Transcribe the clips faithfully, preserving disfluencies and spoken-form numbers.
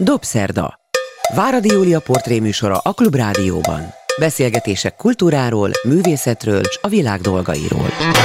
Dobszerda. Váradi Júlia portréműsora a Klubrádióban. Beszélgetések kultúráról, művészetről és a világ dolgairól.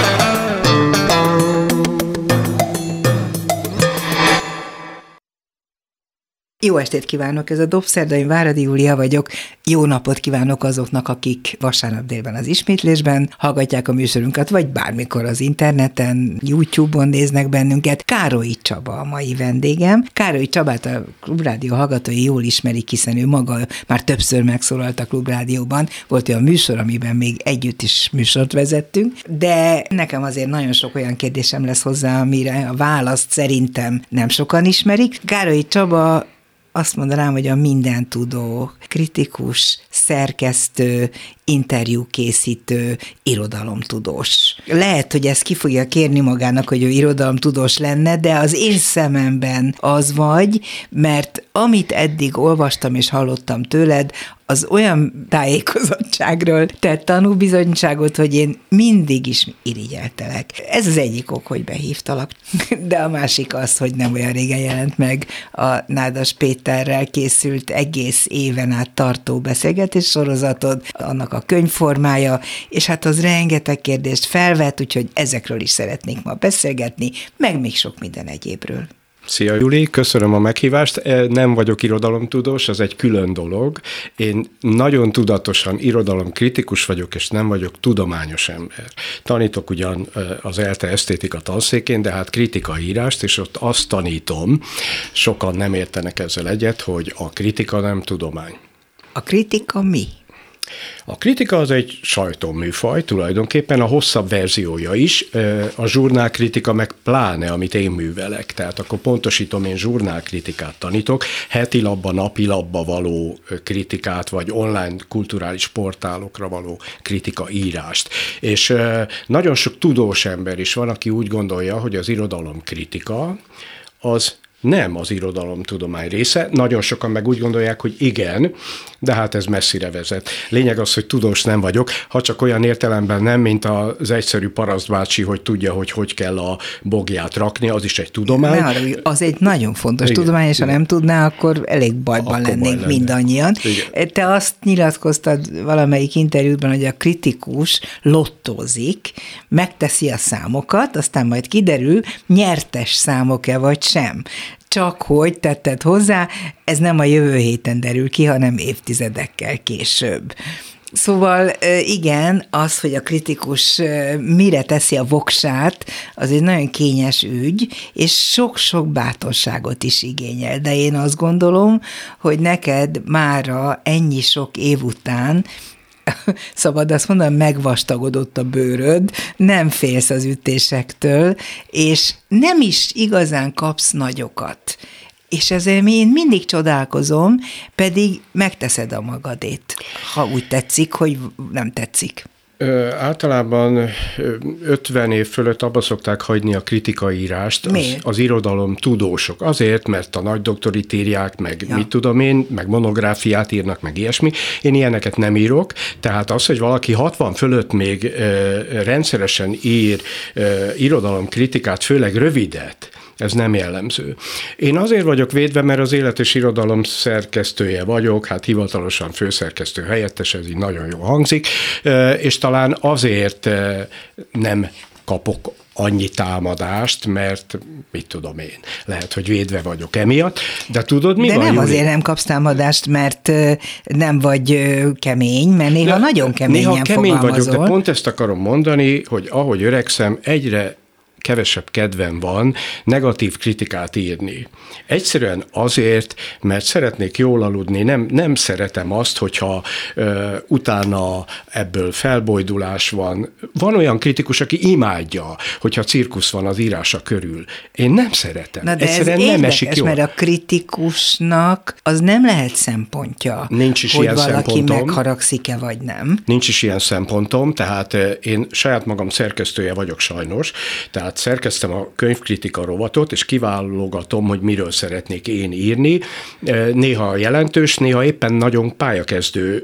Jó estét kívánok, ez a Dobszerda, én Váradi Júlia vagyok. Jó napot kívánok azoknak, akik vasárnap délben az ismétlésben hallgatják a műsorunkat, vagy bármikor az interneten, YouTube-on néznek bennünket. Károlyi Csaba a mai vendégem. Károlyi Csabát a Klubrádió hallgatói jól ismerik, hiszen ő maga már többször megszólalt a Klubrádióban. Volt olyan műsor, amiben még együtt is műsort vezettünk, de nekem azért nagyon sok olyan kérdésem lesz hozzá, amire a választ szerintem nem sokan ismerik. Károlyi Csaba azt mondanám, hogy a mindentudó, kritikus, szerkesztő, interjúkészítő, irodalomtudós. Lehet, hogy ezt ki fogja kérni magának, hogy ő irodalomtudós lenne, de az én szememben az vagy, mert amit eddig olvastam és hallottam tőled, az olyan tájékozottságról tett tanúbizonyságot, hogy én mindig is irigyeltelek. Ez az egyik ok, hogy behívtalak. De a másik az, hogy nem olyan régen jelent meg a Nádas Péterrel készült egész éven át tartó beszélgetés sorozatod, annak a könyvformája, és hát az rengeteg kérdést felvet, úgyhogy ezekről is szeretnék ma beszélgetni, meg még sok minden egyébről. Szia Juli, köszönöm a meghívást. Nem vagyok irodalomtudós, ez egy külön dolog. Én nagyon tudatosan irodalomkritikus vagyok, és nem vagyok tudományos ember. Tanítok ugyan az ELTE esztétika tanszékén, de hát kritikai írást, és ott azt tanítom, sokan nem értenek ezzel egyet, hogy a kritika nem tudomány. A kritika mi? A kritika az egy sajtóműfaj, tulajdonképpen a hosszabb verziója is, a zsurnálkritika meg pláne, amit én művelek. Tehát akkor pontosítom, én zsurnálkritikát tanítok, heti labba, napi labba való kritikát, vagy online kulturális portálokra való kritika írást. És nagyon sok tudós ember is van, aki úgy gondolja, hogy az irodalomkritika az nem az irodalomtudomány része, nagyon sokan meg úgy gondolják, hogy igen, de hát ez messzire vezet. Lényeg az, hogy tudós nem vagyok, ha csak olyan értelemben nem, mint az egyszerű parasztbácsi, hogy tudja, hogy hogy kell a bogját rakni, az is egy tudomány. Ne, az egy nagyon fontos igen, tudomány, és ha nem tudná, akkor elég bajban akkor lennénk baj mindannyian. Igen. Te azt nyilatkoztad valamelyik interjúban, hogy a kritikus lottózik, megteszi a számokat, aztán majd kiderül, nyertes számok-e vagy sem. Csak hogy tetted hozzá, ez nem a jövő héten derül ki, hanem évtizedekkel később. Szóval igen, az, hogy a kritikus mire teszi a voksát, az egy nagyon kényes ügy, és sok-sok bátorságot is igényel. De én azt gondolom, hogy neked mára ennyi sok év után, szabad azt mondani, megvastagodott a bőröd, nem félsz az ütésektől, és nem is igazán kapsz nagyokat. És ezért én mindig csodálkozom, pedig megteszed a magadét, ha úgy tetszik, hogy nem tetszik. Ö, általában ötven év fölött abba szokták hagyni a kritikai írást az, az irodalom tudósok. Azért, mert a nagy doktorit írják, meg ja. mit tudom én, meg monográfiát írnak, meg ilyesmi. Én ilyeneket nem írok, tehát az, hogy valaki hatvan fölött még ö, rendszeresen ír ö, irodalomkritikát, főleg rövidet, ez nem jellemző. Én azért vagyok védve, mert az Élet és Irodalom szerkesztője vagyok, hát hivatalosan főszerkesztő helyettes, ez így nagyon jól hangzik, és talán azért nem kapok annyi támadást, mert mit tudom én, lehet, hogy védve vagyok emiatt, de tudod, mi de van, nem Júli? Azért nem kapsz támadást, mert nem vagy kemény, mert néha de, nagyon keményen néha kemény fogalmazol. vagyok, de pont ezt akarom mondani, hogy ahogy öregszem, egyre kevesebb kedvem van negatív kritikát írni. Egyszerűen azért, mert szeretnék jól aludni, nem, nem szeretem azt, hogyha ö, utána ebből felbojdulás van. Van olyan kritikus, aki imádja, hogyha cirkusz van az írása körül. Én nem szeretem. Na de egyszerűen ez nem érdekes, esik jól. Mert a kritikusnak az nem lehet szempontja, Nincs is hogy ilyen valaki szempontom. megharagszik-e vagy nem. Nincs is ilyen szempontom, tehát én saját magam szerkesztője vagyok sajnos, tehát Tehát szerkeztem a könyvkritika rovatot, és kiválogatom, hogy miről szeretnék én írni. Néha jelentős, néha éppen nagyon pályakezdő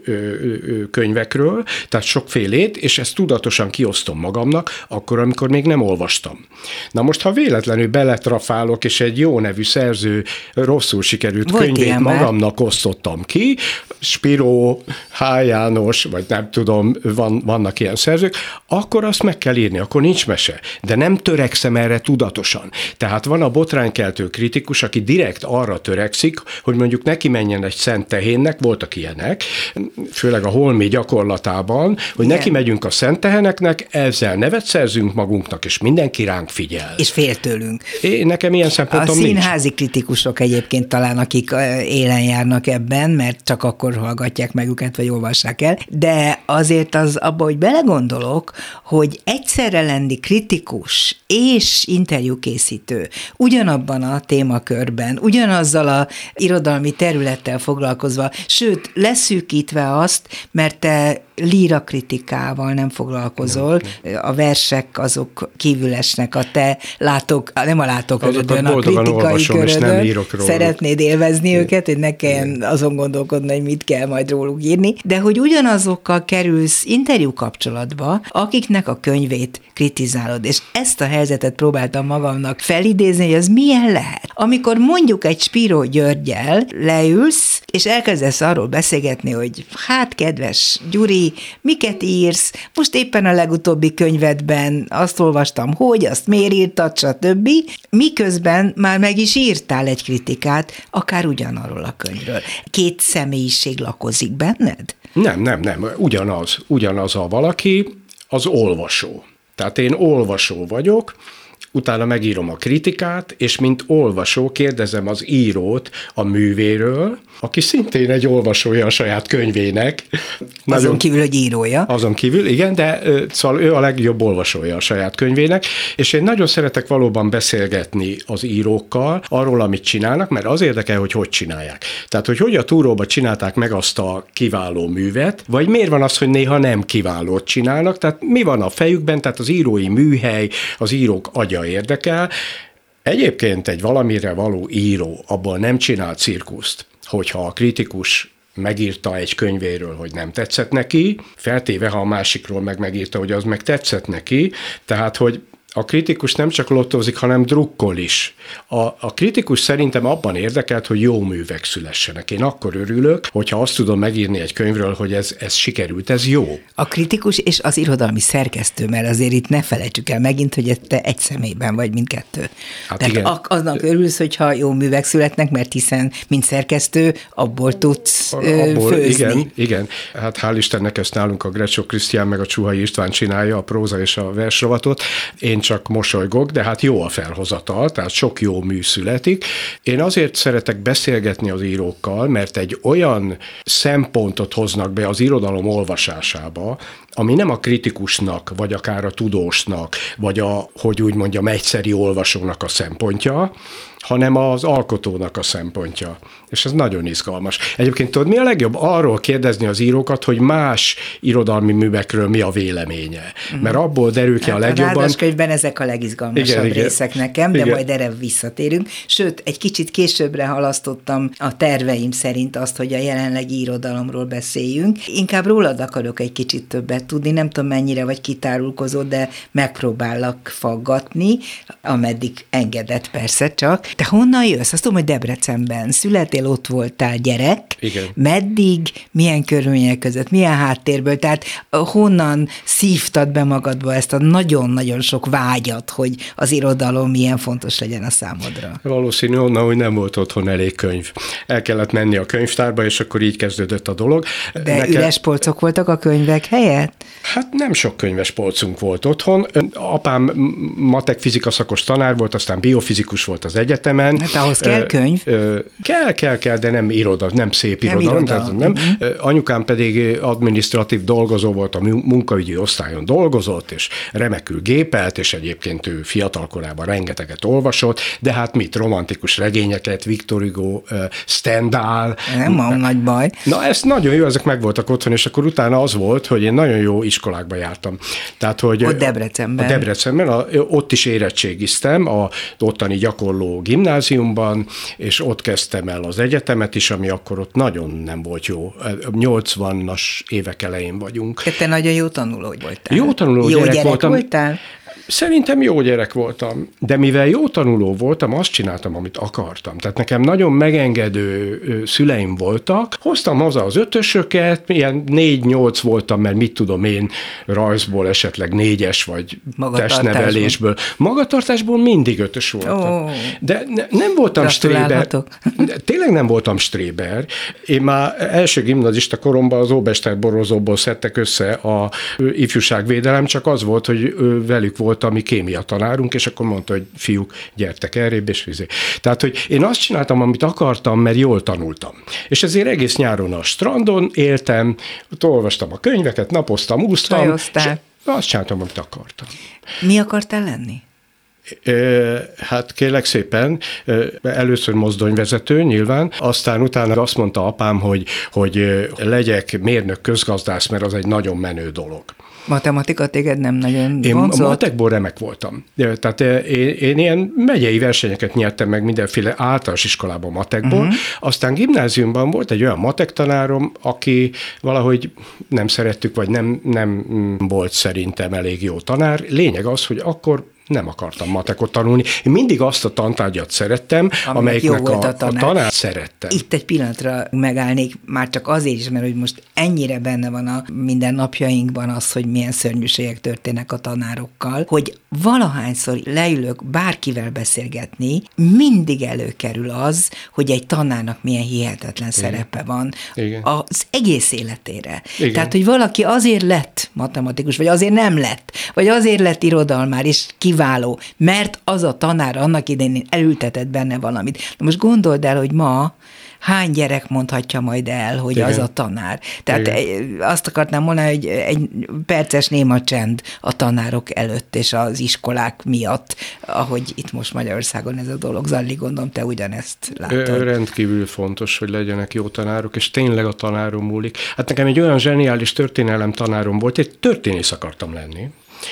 könyvekről, tehát sokfélét, és ezt tudatosan kiosztom magamnak, akkor, amikor még nem olvastam. Na most, ha véletlenül beletrafálok, és egy jó nevű szerző rosszul sikerült Volt könyvét magamnak osztottam ki, Spiró, H. János, vagy nem tudom, van, vannak ilyen szerzők, akkor azt meg kell írni, akkor nincs mese. De nem törekszem erre tudatosan. Tehát van a botránykeltő kritikus, aki direkt arra törekszik, hogy mondjuk neki menjen egy szent tehénnek, voltak ilyenek, főleg a holmi gyakorlatában, hogy Igen. neki megyünk a szent teheneknek, ezzel nevet szerzünk magunknak, és mindenki ránk figyel. És fél tőlünk. Én, nekem ilyen szempontom nincs. A színházi nincs. kritikusok egyébként talán, akik élen járnak ebben, mert csak akkor hallgatják meg őket, vagy olvassák el, de azért az abba, hogy belegondolok, hogy egyszerre lenni kritikus és interjúkészítő ugyanabban a témakörben, ugyanazzal a irodalmi területtel foglalkozva, sőt, leszűkítve azt, mert te lírakritikával nem foglalkozol, nem, nem. a versek azok kívül esnek, a te látok, nem a látókörödön, a kritikai körödön, szeretnéd élvezni Igen. őket, hogy ne kelljen azon gondolkodni, hogy mit kell majd róluk írni, de hogy ugyanazokkal kerülsz interjú kapcsolatba, akiknek a könyvét kritizálod, és ezt a helyzetet próbáltam magamnak felidézni, hogy az milyen lehet. Amikor mondjuk egy Spiró Györggyel leülsz, és elkezdesz arról beszélgetni, hogy hát kedves Gyuri, miket írsz, most éppen a legutóbbi könyvedben azt olvastam, hogy, azt miért írtad, stb. Miközben már meg is írtál egy kritikát, akár ugyanarról a könyvről. Két személyiség lakozik benned? Nem, nem, nem, ugyanaz, ugyanaz a valaki, az olvasó. Tehát én olvasó vagyok, utána megírom a kritikát, és mint olvasó kérdezem az írót a művéről, aki szintén egy olvasója a saját könyvének. Nagyon, azon kívül, hogy írója. Azon kívül, igen, de szóval ő a legjobb olvasója a saját könyvének, és én nagyon szeretek valóban beszélgetni az írókkal arról, amit csinálnak, mert az érdekel, hogy hogy csinálják. Tehát, hogy hogy a túróba csinálták meg azt a kiváló művet, vagy miért van az, hogy néha nem kiválót csinálnak, tehát mi van a fejükben, tehát az írói műhely, az írók agya érdekel. Egyébként egy valamire való író abból nem csinál cirkuszt, hogyha a kritikus megírta egy könyvéről, hogy nem tetszett neki, feltéve, ha a másikról meg megírta, hogy az meg tetszett neki, tehát, hogy a kritikus nem csak lottózik, hanem drukkol is. A, a kritikus szerintem abban érdekelt, hogy jó művek szülessenek. Én akkor örülök, hogyha azt tudom megírni egy könyvről, hogy ez, ez sikerült, ez jó. A kritikus és az irodalmi szerkesztő, mert azért itt ne felejtsük el megint, hogy te egy személyben vagy mindkettő. Hát Tehát igen. aznak örülsz, hogyha jó művek születnek, mert hiszen, mint szerkesztő, abból tudsz abból, főzni. Igen, igen. Hát hál' Istennek ezt nálunk a Grecsó Krisztián meg a Csuhai István csinálja, a próza és a versrovatot. Én csak mosolygok, de hát jó a felhozatal, tehát sok jó mű születik. Én azért szeretek beszélgetni az írókkal, mert egy olyan szempontot hoznak be az irodalom olvasásába, ami nem a kritikusnak, vagy akár a tudósnak, vagy a, hogy úgy mondjam, egyszeri olvasónak a szempontja, hanem az alkotónak a szempontja. És ez nagyon izgalmas. Egyébként tudod, mi a legjobb? Arról kérdezni az írókat, hogy más irodalmi művekről mi a véleménye. Mm. Mert abból derül ki hát a legjobban. A Városkönyvben ezek a legizgalmasabb igen, részek igen. nekem, de igen. majd erre visszatérünk. Sőt, egy kicsit későbbre halasztottam a terveim szerint azt, hogy a jelenlegi irodalomról beszéljünk. Inkább rólad akarok egy kicsit többet tudni, nem tudom mennyire vagy kitárulkozó, de megpróbállak faggatni, ameddig engedett persze csak. Te honnan jössz? Azt tudom, hogy Debrecenben születél, ott voltál gyerek. Igen. Meddig, milyen körülmények között, milyen háttérből, tehát honnan szívtad be magadba ezt a nagyon-nagyon sok vágyat, hogy az irodalom milyen fontos legyen a számodra? Valószínű onnan, hogy nem volt otthon elég könyv. El kellett menni a könyvtárba, és akkor így kezdődött a dolog. De Nekem... üres polcok voltak a könyvek helyett? Hát nem sok könyves polcunk volt otthon. Apám matek fizika szakos tanár volt, aztán biofizikus volt az egyetemen. Hát ahhoz kell könyv? Ö, ö, kell, kell, kell, de nem iroda, nem szép nem irodalom. irodalom. Tehát nem. Uh-huh. Anyukám pedig adminisztratív dolgozó volt, a munkaügyi osztályon dolgozott, és remekül gépelt, és egyébként ő fiatalkorában rengeteget olvasott, de hát mit, romantikus regényeket, Victor Hugo, Stendhal. Nem van nagy baj. Na, ez nagyon jó, ezek megvoltak otthon, és akkor utána az volt, hogy én nagyon jó iskolákba jártam. Tehát, hogy ott Debrecenben. A Debrecenben, a, ott is érettségiztem, a ottani gyakorló gimnáziumban, és ott kezdtem el az egyetemet is, ami akkor ott nagyon nem volt jó. nyolcvanas évek elején vagyunk. Te nagyon jó tanuló voltál. Jó tanuló jó gyerek, gyerek voltam. voltál? Szerintem jó gyerek voltam, de mivel jó tanuló voltam, azt csináltam, amit akartam. Tehát nekem nagyon megengedő szüleim voltak. Hoztam haza az ötösöket, ilyen négy-nyolc voltam, mert mit tudom én, rajzból esetleg négyes, vagy testnevelésből. Magatartásból mindig ötös voltam. Oh. De ne, nem voltam stréber. Tényleg nem voltam stréber. Én már első gimnazista koromban az Óbester borozóból szedtek össze a ifjúságvédelem, csak az volt, hogy velük volt a mi kémia tanárunk, és akkor mondta, hogy fiúk, gyertek errébb, és vizé. Tehát, hogy én azt csináltam, amit akartam, mert jól tanultam. És ezért egész nyáron a strandon éltem, ott olvastam a könyveket, napoztam, úsztam, Csajoztál. és azt csináltam, amit akartam. Mi akartál lenni? Hát kérlek szépen, először mozdonyvezető nyilván, aztán utána azt mondta apám, hogy, hogy legyek mérnök közgazdász, mert az egy nagyon menő dolog. Matematika téged nem nagyon Én vonzott? a matekból remek voltam. Tehát én, én ilyen megyei versenyeket nyertem meg mindenféle általános iskolában matekból, uh-huh. Aztán gimnáziumban volt egy olyan matek tanárom, aki valahogy nem szerettük, vagy nem, nem volt szerintem elég jó tanár. Lényeg az, hogy akkor nem akartam matekot tanulni. Én mindig azt a tantárgyat szerettem, Aminek amelyiknek a, a tanár. a tanár szerettem. Itt egy pillanatra megállnék, már csak azért is, mert hogy most ennyire benne van a mindennapjainkban az, hogy milyen szörnyűségek történnek a tanárokkal, hogy valahányszor leülök bárkivel beszélgetni, mindig előkerül az, hogy egy tanárnak milyen hihetetlen Igen. szerepe van Igen. az egész életére. Igen. Tehát, hogy valaki azért lett matematikus, vagy azért nem lett, vagy azért lett irodalmár, és kiváló, mert az a tanár annak idején elültetett benne valamit. Na most gondold el, hogy ma hány gyerek mondhatja majd el, hogy Igen. az a tanár. Tehát Igen. azt akartam mondani, hogy egy perces néma csend a tanárok előtt és az iskolák miatt, ahogy itt most Magyarországon ez a dolog zajlik, gondolom, te ugyanezt látod. Rendkívül fontos, hogy legyenek jó tanárok, és tényleg a tanárom múlik. Hát nekem egy olyan zseniális történelem tanárom volt, egy történész akartam lenni.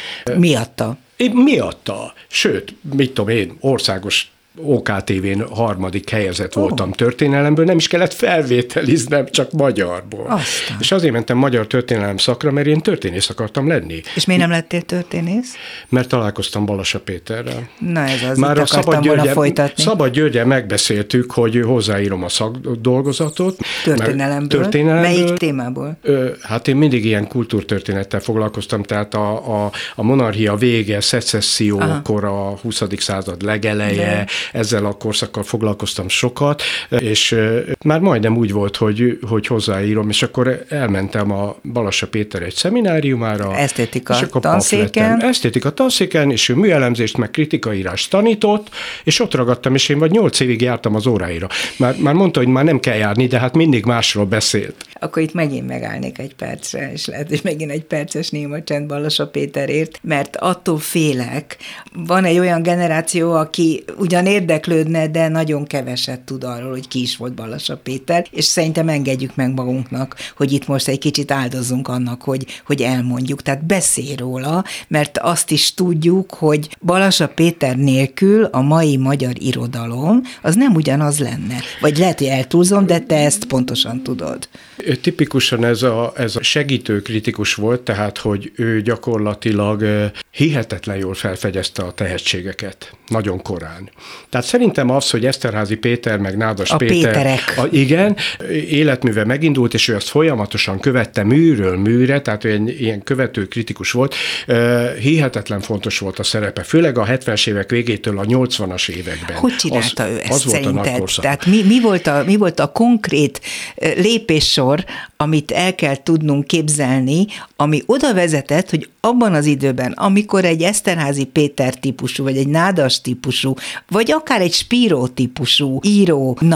Miatta? Én miatta. Sőt, mit tudom én, országos ó ká té vén harmadik helyezett oh. voltam történelemből, nem is kellett felvételiznem, csak magyarból. Aztán. És azért mentem magyar történelem szakra, mert én történész akartam lenni. És miért nem lettél történész? Mert találkoztam Balassa Péterrel. Na ez az, Már itt a Szabad Györgyen, folytatni. Szabad Györgyen megbeszéltük, hogy hozzáírom a szakdolgozatot. Történelemből? történelemből. Melyik témából? Ö, hát én mindig ilyen kultúrtörténettel foglalkoztam, tehát a, a, a monarchia vége, szecessziókor, a huszadik század legeleje, De. ezzel a korszakkal foglalkoztam sokat, és már majdnem úgy volt, hogy, hogy hozzáírom, és akkor elmentem a Balassa Péter egy szemináriumára. Esztétika tanszéken. Esztétika tanszéken, és ő műelemzést, meg kritikaírást tanított, és ott ragadtam, és én vagy nyolc évig jártam az óráira. Már, már mondta, hogy már nem kell járni, de hát mindig másról beszélt. Akkor itt megint megállnék egy percre, és lehet, hogy megint egy perces néma csend Balassa Péterért, mert attól félek, van egy olyan generáció, aki ugyan érdeklődne, de nagyon keveset tud arról, hogy ki is volt Balassa Péter, és szerintem engedjük meg magunknak, hogy itt most egy kicsit áldozzunk annak, hogy, hogy elmondjuk. Tehát beszélj róla, mert azt is tudjuk, hogy Balassa Péter nélkül a mai magyar irodalom az nem ugyanaz lenne. Vagy lehet, hogy eltúlzom, de te ezt pontosan tudod. Tipikusan ez a, ez a segítő kritikus volt, tehát, hogy ő gyakorlatilag hihetetlen jól felfedezte a tehetségeket, nagyon korán. Tehát szerintem az, hogy Eszterházy Péter, meg Nádas a Péter, Péterek. A, igen, életműve megindult, és ő azt folyamatosan követte műről műre, tehát ő egy ilyen követő kritikus volt. Hihetetlen fontos volt a szerepe, főleg a hetvenes évek végétől a nyolcvanas években. Hogy csinálta az, ő ezt az szerinted? Tehát mi, mi, volt a, mi volt a konkrét lépéssor, amit el kell tudnunk képzelni, ami oda vezetett, hogy abban az időben, amikor egy Eszterházy Péter típusú, vagy egy Nádas típusú, vagy akár egy Spíró típusú írónak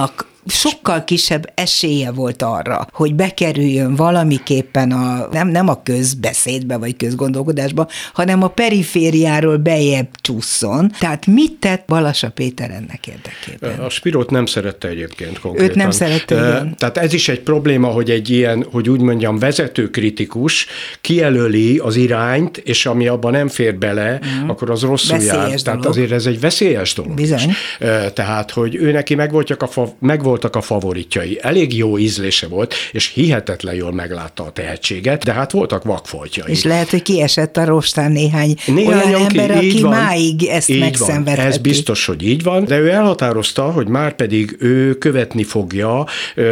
sokkal kisebb esélye volt arra, hogy bekerüljön valamiképpen a, nem, nem a közbeszédbe vagy közgondolkodásba, hanem a perifériáról bejebb csúszson. Tehát mit tett Balassa Péter ennek érdekében? A Spirót nem szerette egyébként konkrétan. Őt nem szerette, igen. Tehát ez is egy probléma, hogy egy ilyen, hogy úgy mondjam, vezetőkritikus kijelöli az irányt, és ami abban nem fér bele, mm. akkor az rosszul jár. Tehát azért ez egy veszélyes dolog. Bizony. Tehát, hogy ő neki megvoltak a, fa, megvoltak a favoritjai. Elég jó ízlése volt, és hihetetlen jól meglátta a tehetséget, de hát voltak vakfoltjai. És lehet, hogy kiesett a rostán néhány, néhány olyan ember, ki, aki van, máig ezt megszenvedheti. Ez biztos, hogy így van, de ő elhatározta, hogy már pedig ő követni fogja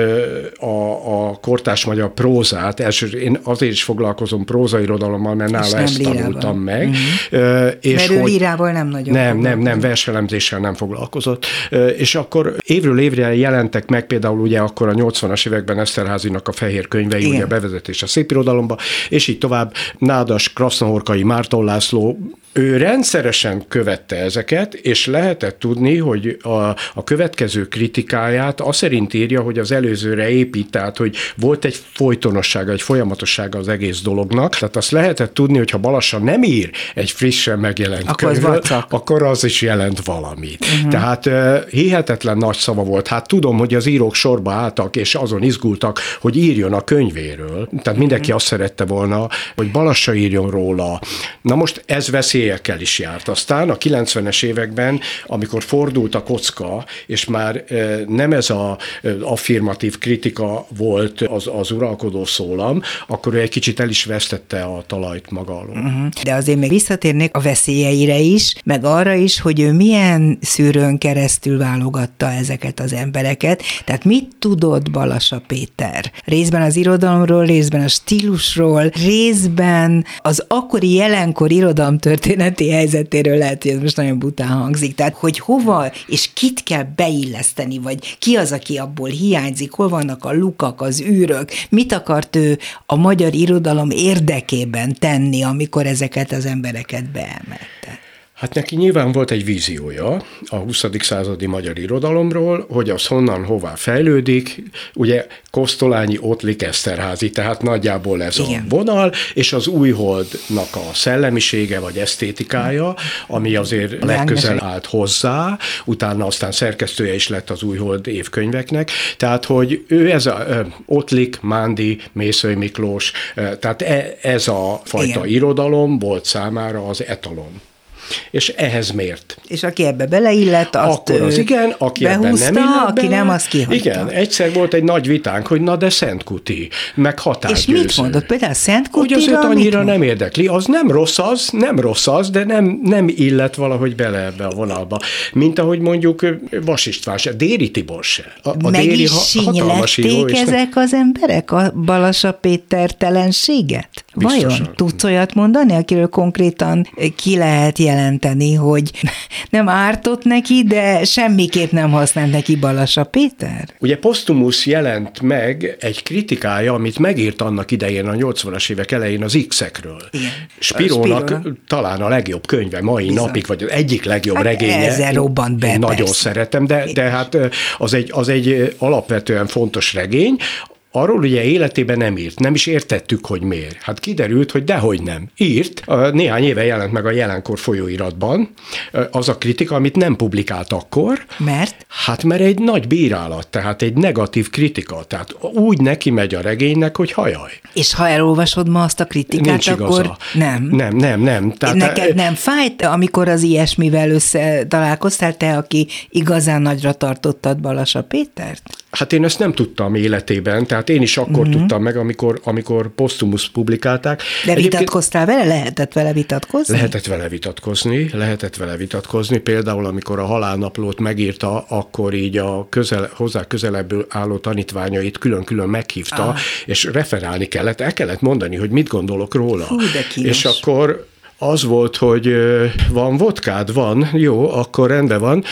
a, a kortárs magyar prózát. Első, én azért is foglalkozom prózairodalommal, mert nála ezt lírával. tanultam meg. Uh-huh. És mert ő lírával nem nagyon Nem, nem, nem, verselemzéssel nem foglalkozott. És akkor évről évre jelentek meg például ugye akkor a nyolcvanas években Eszterházynak a fehér könyvei, igen. ugye bevezetés a szépirodalomba, és így tovább Nádas, Krasznahorkai, Márton László, ő rendszeresen követte ezeket, és lehetett tudni, hogy a, a következő kritikáját azt szerint írja, hogy az előzőre épít, tehát hogy volt egy folytonossága, egy folyamatossága az egész dolognak. Tehát azt lehetett tudni, hogy ha Balassa nem ír egy frissen megjelent akkor könyvről, az akkor az is jelent valamit. Uh-huh. Tehát uh, hihetetlen nagy szava volt. Hát tudom, hogy az írók sorba álltak, és azon izgultak, hogy írjon a könyvéről. Tehát mindenki uh-huh. azt szerette volna, hogy Balassa írjon róla. Na most ez veszélyekkel is járt. Aztán a kilencvenes években, amikor fordult a kocka, és már uh, nem ez a uh, affirmatív kritika volt az, az uralkodó szólam, akkor ő egy kicsit el is vesztette a talajt maga alól. Uh-huh. De azért még visszatérnék a veszélyeire is, meg arra is, hogy ő milyen szűrőn keresztül válogatta ezeket az embereket. Tehát mit tudott Balassa Péter? Részben az irodalomról, részben a stílusról, részben az akkori jelenkor irodalomtörténeti helyzetéről, lehet, hogy ez most nagyon bután hangzik. Tehát, hogy hova és kit kell beilleszteni, vagy ki az, aki abból hiányzik, hol vannak a lukak, az űrök, mit akart ő a magyar irodalom érdekében tenni, amikor ezeket az embereket beemelte? Hát neki nyilván volt egy víziója a huszadik századi magyar irodalomról, hogy az honnan hová fejlődik, ugye Kosztolányi, Ottlik, Eszterházy, tehát nagyjából ez igen. a vonal, és az Újholdnak a szellemisége vagy esztétikája, ami azért legközel állt hozzá, utána aztán szerkesztője is lett az Újhold évkönyveknek, tehát hogy ő ez a Ottlik, Mándi, Mészöly Miklós, tehát ez a fajta igen. irodalom volt számára az etalon. És ehhez mért. És aki ebbe beleillett, azt akkor az igen, aki behúzta, ebben nem illett aki bele, nem, az kihagyta. Igen, egyszer volt egy nagy vitánk, hogy na de Szentkuti, meg Határgyőző. És mit mondott például Szentkutira? Hogy azért annyira nem érdekli. Az nem rossz az, nem rossz az, de nem, nem illett valahogy bele ebbe a vonalba. Mint ahogy mondjuk Vas István se, Déri Tibor se. A, a meg Déri is sínylették ezek az emberek a Balassa Péter telenséget? Biztosan. Vajon tudsz olyat mondani, akiről konkrétan ki lehet jelenteni, hogy nem ártott neki, de semmiképp nem használt neki Balassa Péter? Ugye Posztumusz jelent meg egy kritikája, amit megírt annak idején a nyolcvanas évek elején az X-ekről. Spirónak Spiróra. talán a legjobb könyve mai Bizony. napig, vagy az egyik legjobb hát regénye. Ezzel robbant be. Én nagyon szeretem, de, de hát az egy, az egy alapvetően fontos regény. Arról ugye életében nem írt, nem is értettük, hogy miért. Hát kiderült, hogy dehogy nem. Írt, néhány éve jelent meg a Jelenkor folyóiratban az a kritika, amit nem publikált akkor. Mert? Hát mert egy nagy bírálat, tehát egy negatív kritika. Tehát úgy neki megy a regénynek, hogy hajaj. És ha elolvasod ma azt a kritikát, Nincs akkor igaza. nem. Nem, nem, nem. Tehát neked nem fájt, amikor az ilyesmivel összetalálkoztál, te, aki igazán nagyra tartottad Balassa Pétert? Hát én ezt nem tudtam életében, tehát én is akkor uh-huh. tudtam meg, amikor, amikor Posztumusz publikálták. De vitatkoztál vele? Lehetett vele vitatkozni? Lehetett vele vitatkozni, lehetett vele vitatkozni. Például, amikor a Halálnaplót megírta, akkor így a közel, hozzá közelebből álló tanítványait külön-külön meghívta, ah. és referálni kellett, el kellett mondani, hogy mit gondolok róla. Hú, de kínos. És akkor az volt, hogy van vodkád? Van, jó, akkor rendben van,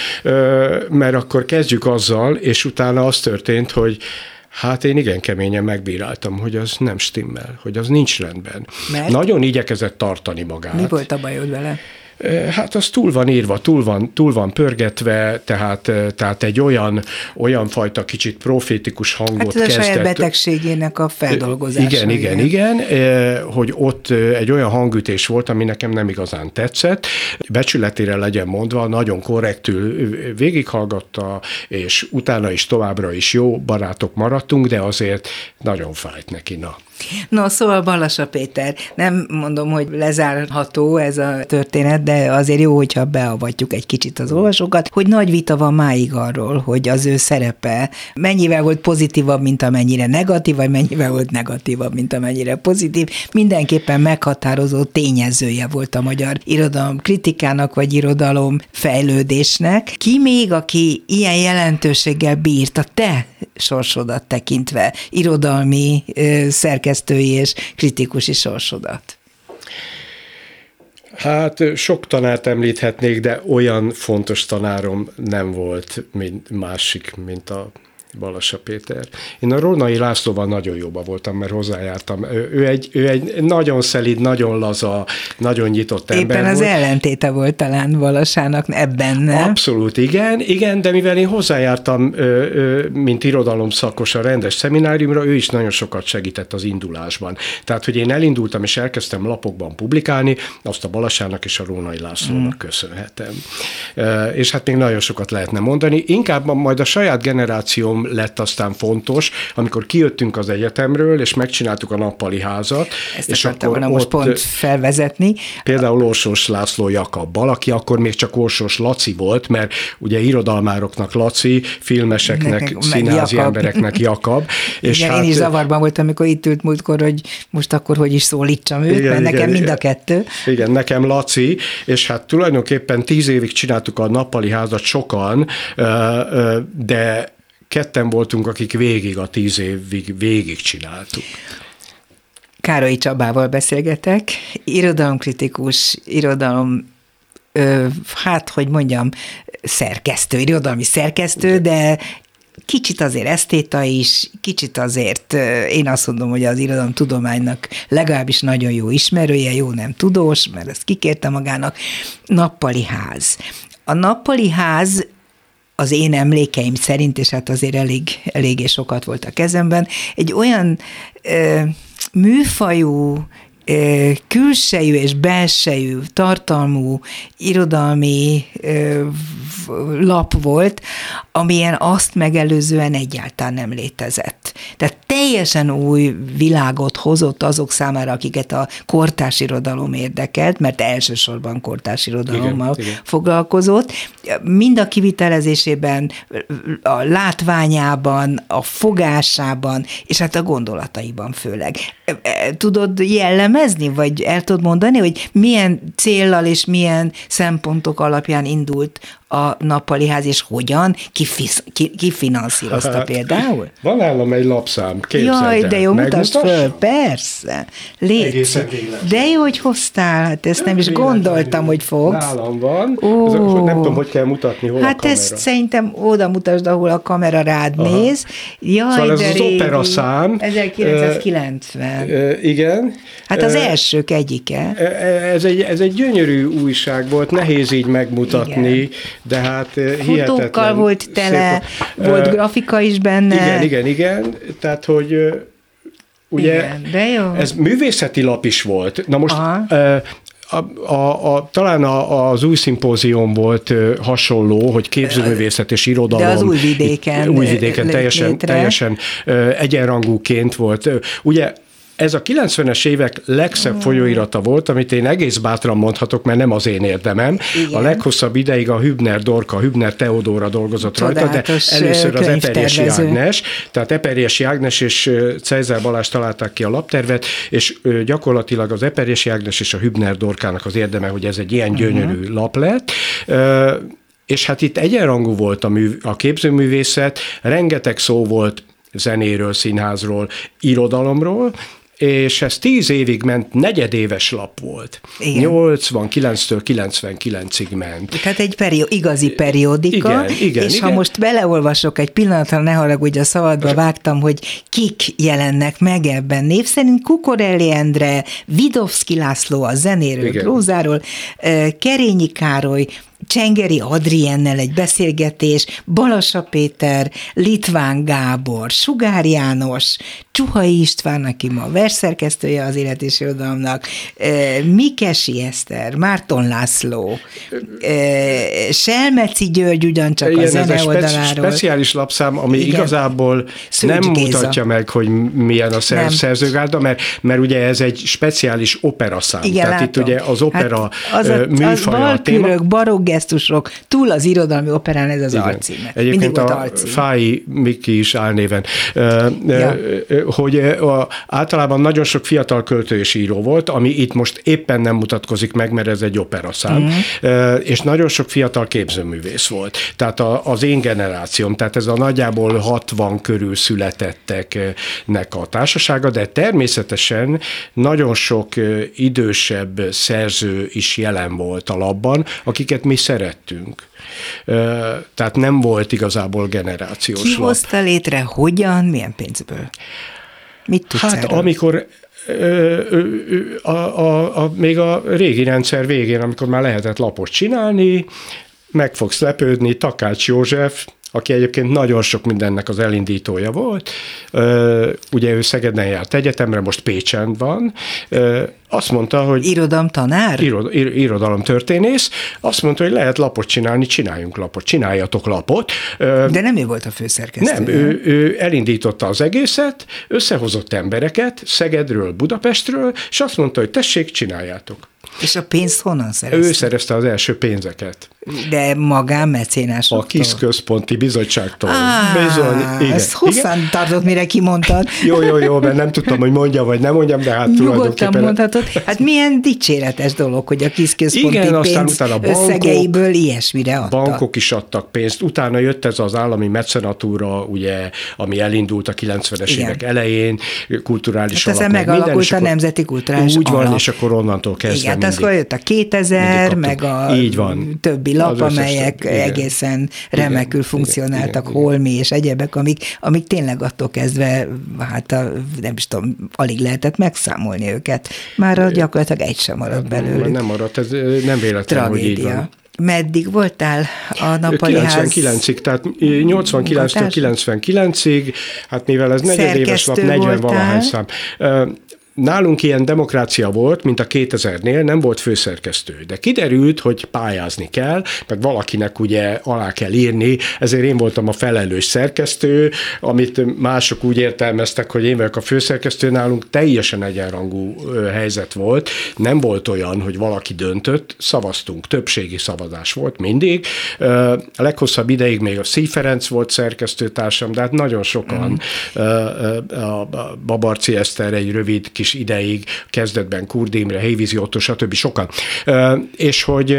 mert akkor kezdjük azzal, és utána az történt, hogy hát én igen keményen megbíráltam, hogy az nem stimmel, hogy az nincs rendben. Mert? Nagyon igyekezett tartani magát. Mi volt a bajod vele? Hát az túl van írva, túl van, túl van pörgetve, tehát, tehát egy olyan, olyan fajta kicsit profétikus hangot kezdett. Hát ez a kezdett. saját betegségének a feldolgozása. Igen, igen, igen, igen, hogy ott egy olyan hangütés volt, ami nekem nem igazán tetszett. Becsületére legyen mondva, nagyon korrektül végighallgatta, és utána is továbbra is jó barátok maradtunk, de azért nagyon fájt neki, na. No, szóval Balassa Péter, nem mondom, hogy lezárható ez a történet, de azért jó, hogyha beavatjuk egy kicsit az olvasókat, hogy nagy vita van máig arról, hogy az ő szerepe mennyivel volt pozitívabb, mint amennyire negatív, vagy mennyivel volt negatívabb, mint amennyire pozitív. Mindenképpen meghatározó tényezője volt a magyar irodalom kritikának, vagy irodalom fejlődésnek. Ki még, aki ilyen jelentőséggel bírt a te sorsodat tekintve, irodalmi szerkesztői és kritikusi sorsodat? Hát sok tanárt említhetnék, de olyan fontos tanárom nem volt, mint másik, mint a Balassa Péter. Én a Rónai Lászlóval nagyon jóban voltam, mert hozzájártam. Ő, ő, egy, ő egy nagyon szelíd, nagyon laza, nagyon nyitott ember Éppen az volt. ellentéte volt talán Balassának ebben, nem? Abszolút, igen, igen, de mivel én hozzájártam, mint irodalomszakos a rendes szemináriumra, ő is nagyon sokat segített az indulásban. Tehát, hogy én elindultam és elkezdtem lapokban publikálni, azt a Balassának és a Rónai Lászlónak mm. köszönhetem. És hát még nagyon sokat lehetne mondani. Inkább majd a saját generációm lett aztán fontos, amikor kijöttünk az egyetemről, és megcsináltuk a Nappali Házat. Ezt és akartam akkor volna most pont felvezetni. Például Orsós László Jakabbal, aki akkor még csak Orsós Laci volt, mert ugye irodalmároknak Laci, filmeseknek, Neknek, színházi Jakab. embereknek Jakab. És igen, hát, én is zavarban voltam, amikor itt ült múltkor, hogy most akkor hogy is szólítsam őt, igen, mert igen, nekem igen, mind a kettő. Igen, nekem Laci, és hát tulajdonképpen tíz évig csináltuk a Nappali Házat sokan, de ketten voltunk, akik végig a tíz évig végig csináltuk. Károlyi Csabával beszélgetek, irodalomkritikus, irodalom, ö, hát, hogy mondjam, szerkesztő, irodalmi szerkesztő, de kicsit azért esztéta is, kicsit azért én azt mondom, hogy az irodalomtudománynak legalábbis nagyon jó ismerője, jó nem tudós, mert ezt kikérte magának. Nappali Ház. A Nappali Ház az én emlékeim szerint, és hát azért elég, eléggé sokat volt a kezemben, egy olyan ö, műfajú, ö, külsejű és belsejű, tartalmú irodalmi ö, lap volt, amilyen azt megelőzően egyáltalán nem létezett. Tehát teljesen új világot hozott azok számára, akiket a kortárs irodalom érdekelt, mert elsősorban kortárs irodalommal igen, foglalkozott. Mind a kivitelezésében, a látványában, a fogásában, és hát a gondolataiban főleg. Tudod jellemezni, vagy el tudod mondani, hogy milyen céllal és milyen szempontok alapján indult a Nappali Ház, és hogyan, ki, fisz, ki, ki finanszírozta hát, például? Van nálam egy lapszám, képzeld Jaj, el. de jó, mutasd föl, persze. Légy. De jó, hogy hoztál, hát ezt nem, nem is gondoltam, hogy fogsz. Nálam van, oh. Nem tudom, hogy kell mutatni, hol hát a kamera. Hát ezt szerintem oda mutasd, ahol a kamera rád Aha. néz. Jaj, szóval ez de az régi. Operaszám. ezerkilencszázkilencven. Uh, uh, igen. Hát az uh, elsők egyike. Ez egy, ez egy gyönyörű újság volt, nehéz így megmutatni, igen. De hát hihetetlen. Fotókkal volt tele, szép, volt uh, grafika is benne. Igen, igen, igen. Tehát, hogy uh, ugye igen, de jó. Ez művészeti lap is volt. Na most uh, A, a, a, talán a, az új szimpózium volt hasonló, hogy képzőművészet és irodalom. De az Újvidéken. Újvidéken teljesen, teljesen egyenrangúként volt. Ugye ez a kilencvenes évek legszebb oh. folyóirata volt, amit én egész bátran mondhatok, mert nem az én érdemem. Igen. A leghosszabb ideig a Hübner Dorka, Hübner Teodóra dolgozott Csodálatos rajta, de először az Eperjesi Ágnes, tehát Eperjesi Ágnes és Cejzár Balázs találták ki a laptervet, és gyakorlatilag az Eperjesi Ágnes és a Hübner Dorkának az érdeme, hogy ez egy ilyen gyönyörű uh-huh. lap lett. És hát itt egyenrangú volt a, mű, a képzőművészet, rengeteg szó volt zenéről, színházról, irodalomról, és ez tíz évig ment, negyedéves lap volt. Igen. nyolcvankilenctől kilencvenkilencig ment. Tehát egy perió, igazi periódika, igen, igen, és igen. ha most beleolvasok egy pillanatra, ne haragudj, a szabadba vágtam, hogy kik jelennek meg ebben. Név szerint Kukorelli Endre, Vidovszky László a zenéről, igen. prózáról, Kerényi Károly, Csengeri Adriennel egy beszélgetés, Balassa Péter, Litván Gábor, Sugár János, Csuhai István, aki ma versszerkesztője az Élet és Irodalomnak, Mikesi Eszter, Márton László, Selmeci György ugyancsak igen, a zene ez oldaláról. Ez egy speciális lapszám, ami igen. igazából Szűcs nem Géza. mutatja meg, hogy milyen a szer- szerzőgárda, mert, mert ugye ez egy speciális operaszám. Igen, tehát látom. itt ugye az opera hát az a, műfaja az a téma. barokk gesztusok, túl az irodalmi operán ez az igen. alcíme. Egyébként a Fáy Miki is álnéven. Ja. Hogy a, általában nagyon sok fiatal költő és író volt, ami itt most éppen nem mutatkozik meg, mert ez egy operaszám, mm. és nagyon sok fiatal képzőművész volt. Tehát a, az én generációm, tehát ez a nagyjából hatvan körül születetteknek a társasága, de természetesen nagyon sok idősebb szerző is jelen volt a labban, akiket mi szerettünk. Tehát nem volt igazából generációs Ki lap. hozta létre, hogyan, milyen pénzből? Mit tudsz Hát erről? amikor a, a, a, még a régi rendszer végén, amikor már lehetett lapot csinálni, meg fogsz lepődni, Takács József, aki egyébként nagyon sok mindennek az elindítója volt. Ugye ő Szegeden járt egyetemre, most Pécsen van. Azt mondta, hogy... Irodalomtanár? Irod, ir, irodalomtörténész. Azt mondta, hogy lehet lapot csinálni, csináljunk lapot, csináljatok lapot. De nem ő volt a főszerkesztő. Nem, ő, ő elindította az egészet, összehozott embereket Szegedről, Budapestről, és azt mondta, hogy tessék, csináljátok. És a pénzt honnan szerezte? Ő szerezte az első pénzeket. De magánmecénásoktól? A KISZ központi bizottságtól. Á, Bizony, igen. Ez hosszan igen? tartott, mire kimondtad. Jó, jó, jó, mert nem tudtam, hogy mondja, vagy nem mondjam, de hát nyugodtan tulajdonképpen... mondhatod. Hát milyen dicséretes dolog, hogy a KISZ központi igen, pénz bankok, összegeiből ilyesmire adtak. Bankok is adtak pénzt. Utána jött ez az állami mecenatúra, ugye, ami elindult a kilencvenes igen. évek elején, kulturális hát alap. Hát megalakult a Nemzeti Kulturális Úgy Alap. van, és akkor onnantól kezdve igen, mindig. Igen, jött a kétezer, meg a így van. többi lap, amelyek igen. egészen remekül igen. funkcionáltak, igen. Holmi és egyebek, amik, amik tényleg attól kezdve, hát a, nem is tudom, alig lehetett megszámolni őket. Már gyakorlatilag egy sem maradt belőlük. Nem maradt, ez nem véletlen, hogy így van. Meddig voltál a Nappali Ház? kilencvenkilencig, tehát nyolcvankilenctől kilencvenkilencig, hát mivel ez negyedéves lap, negyven valahány szám. Nálunk ilyen demokrácia volt, mint a kétezernél, nem volt főszerkesztő, de kiderült, hogy pályázni kell, meg valakinek ugye alá kell írni, ezért én voltam a felelős szerkesztő, amit mások úgy értelmeztek, hogy én vagyok a főszerkesztő, nálunk teljesen egyenrangú helyzet volt, nem volt olyan, hogy valaki döntött, szavaztunk, többségi szavazás volt mindig, a leghosszabb ideig még a Szí Ferenc volt szerkesztőtársam, de hát nagyon sokan, mm. a Babarczy Eszter egy rövid kis ideig, kezdetben Kurd Imre, Hévízi Otto, stb. Sokan. És hogy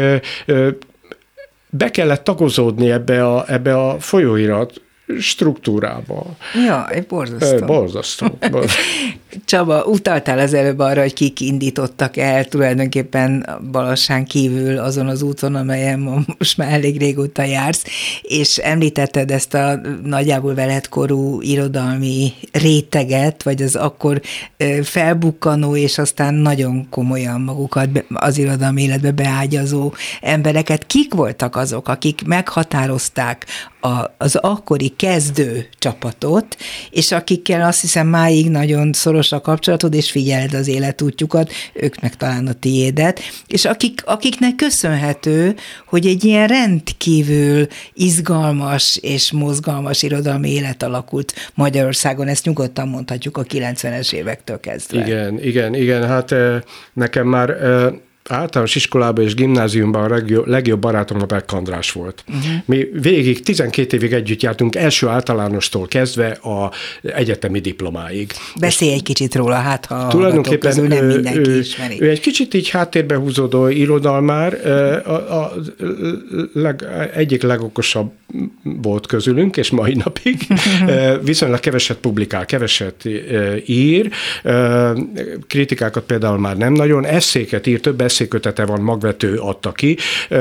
be kellett tagozódni ebbe a, ebbe a folyóirat struktúrába. Jaj, borzasztó. Borzasztó. Csaba, utaltál az előbb arra, hogy kik indítottak el tulajdonképpen Balassán kívül azon az úton, amelyen most már elég régóta jársz, és említetted ezt a nagyjából veletkorú irodalmi réteget, vagy az akkor felbukkanó, és aztán nagyon komolyan magukat az irodalmi életbe beágyazó embereket. Kik voltak azok, akik meghatározták a, az akkori kezdő csapatot, és akikkel azt hiszem máig nagyon szoros a kapcsolatod, és figyeled az életútjukat, ők meg talán a tiédet, és akik, akiknek köszönhető, hogy egy ilyen rendkívül izgalmas és mozgalmas irodalmi élet alakult Magyarországon, ezt nyugodtan mondhatjuk a kilencvenes évektől kezdve. Igen, igen, igen, hát nekem már általános iskolában és gimnáziumban a legjobb, legjobb barátom a Beck András volt. Uh-huh. Mi végig tizenkét évig együtt jártunk, első általánostól kezdve a egyetemi diplomáig. Beszélj egy kicsit róla, hát ha tulajdonképpen közül nem mindenki ő, ismeri. Ő egy kicsit így háttérbe húzódó irodalmár, a, a leg, egyik legokosabb volt közülünk, és mai napig. Viszonylag keveset publikál, keveset ír, kritikákat például már nem nagyon, eszéket ír, több eszékötete van, magvető adta ki.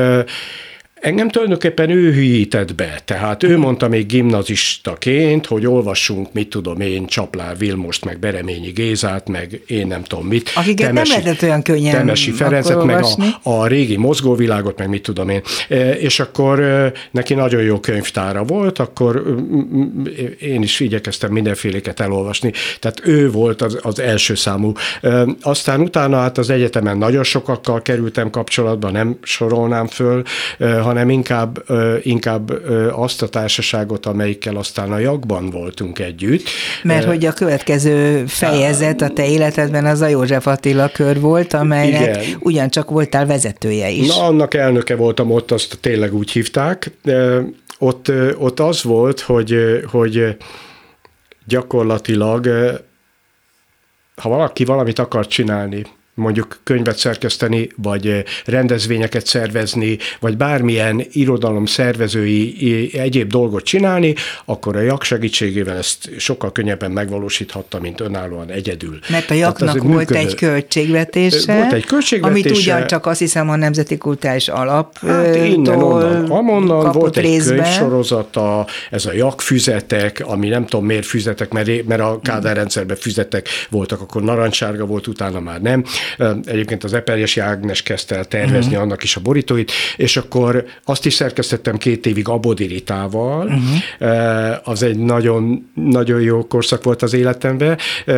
Engem tulajdonképpen ő hülyített be, tehát ő mondta még gimnazistaként, hogy olvassunk, mit tudom én, Csaplár Vilmost, meg Bereményi Gézát, meg én nem tudom mit. Akiket Temesi, nem lehetett olyan könnyen Temesi Ferencet, meg a, a régi mozgóvilágot, meg mit tudom én. És akkor neki nagyon jó könyvtára volt, akkor én is igyekeztem mindenféléket elolvasni. Tehát ő volt az, az első számú. Aztán utána hát az egyetemen nagyon sokakkal kerültem kapcsolatba, nem sorolnám föl, hanem inkább, inkább azt a társaságot, amelyikkel aztán a jakban voltunk együtt. Mert hogy a következő fejezet a te életedben az a József Attila kör volt, amelynek igen. ugyancsak voltál vezetője is. Na, annak elnöke voltam ott, azt tényleg úgy hívták. Ott, ott az volt, hogy, hogy gyakorlatilag, ha valaki valamit akar csinálni, mondjuk könyvet szerkeszteni, vagy rendezvényeket szervezni, vagy bármilyen irodalom szervezői egyéb dolgot csinálni, akkor a jak segítségével ezt sokkal könnyebben megvalósíthatta, mint önállóan egyedül. Mert a jaknak volt működő, egy költségvetése, volt egy költségvetése, amit ugyancsak azt hiszem a Nemzeti Kulturális Alaptól hát innen, onnan, amonnan volt egy részben. könyvsorozata, ez a jakfüzetek, ami nem tudom miért füzetek, mert, mert a Kádár rendszerben füzetek voltak, akkor narancssárga volt, utána már nem. Egyébként az Eperjesi Ágnes kezdte el tervezni uh-huh. annak is a borítóit, és akkor azt is szerkesztettem két évig Abodi Ritával, uh-huh. az egy nagyon, nagyon jó korszak volt az életemben,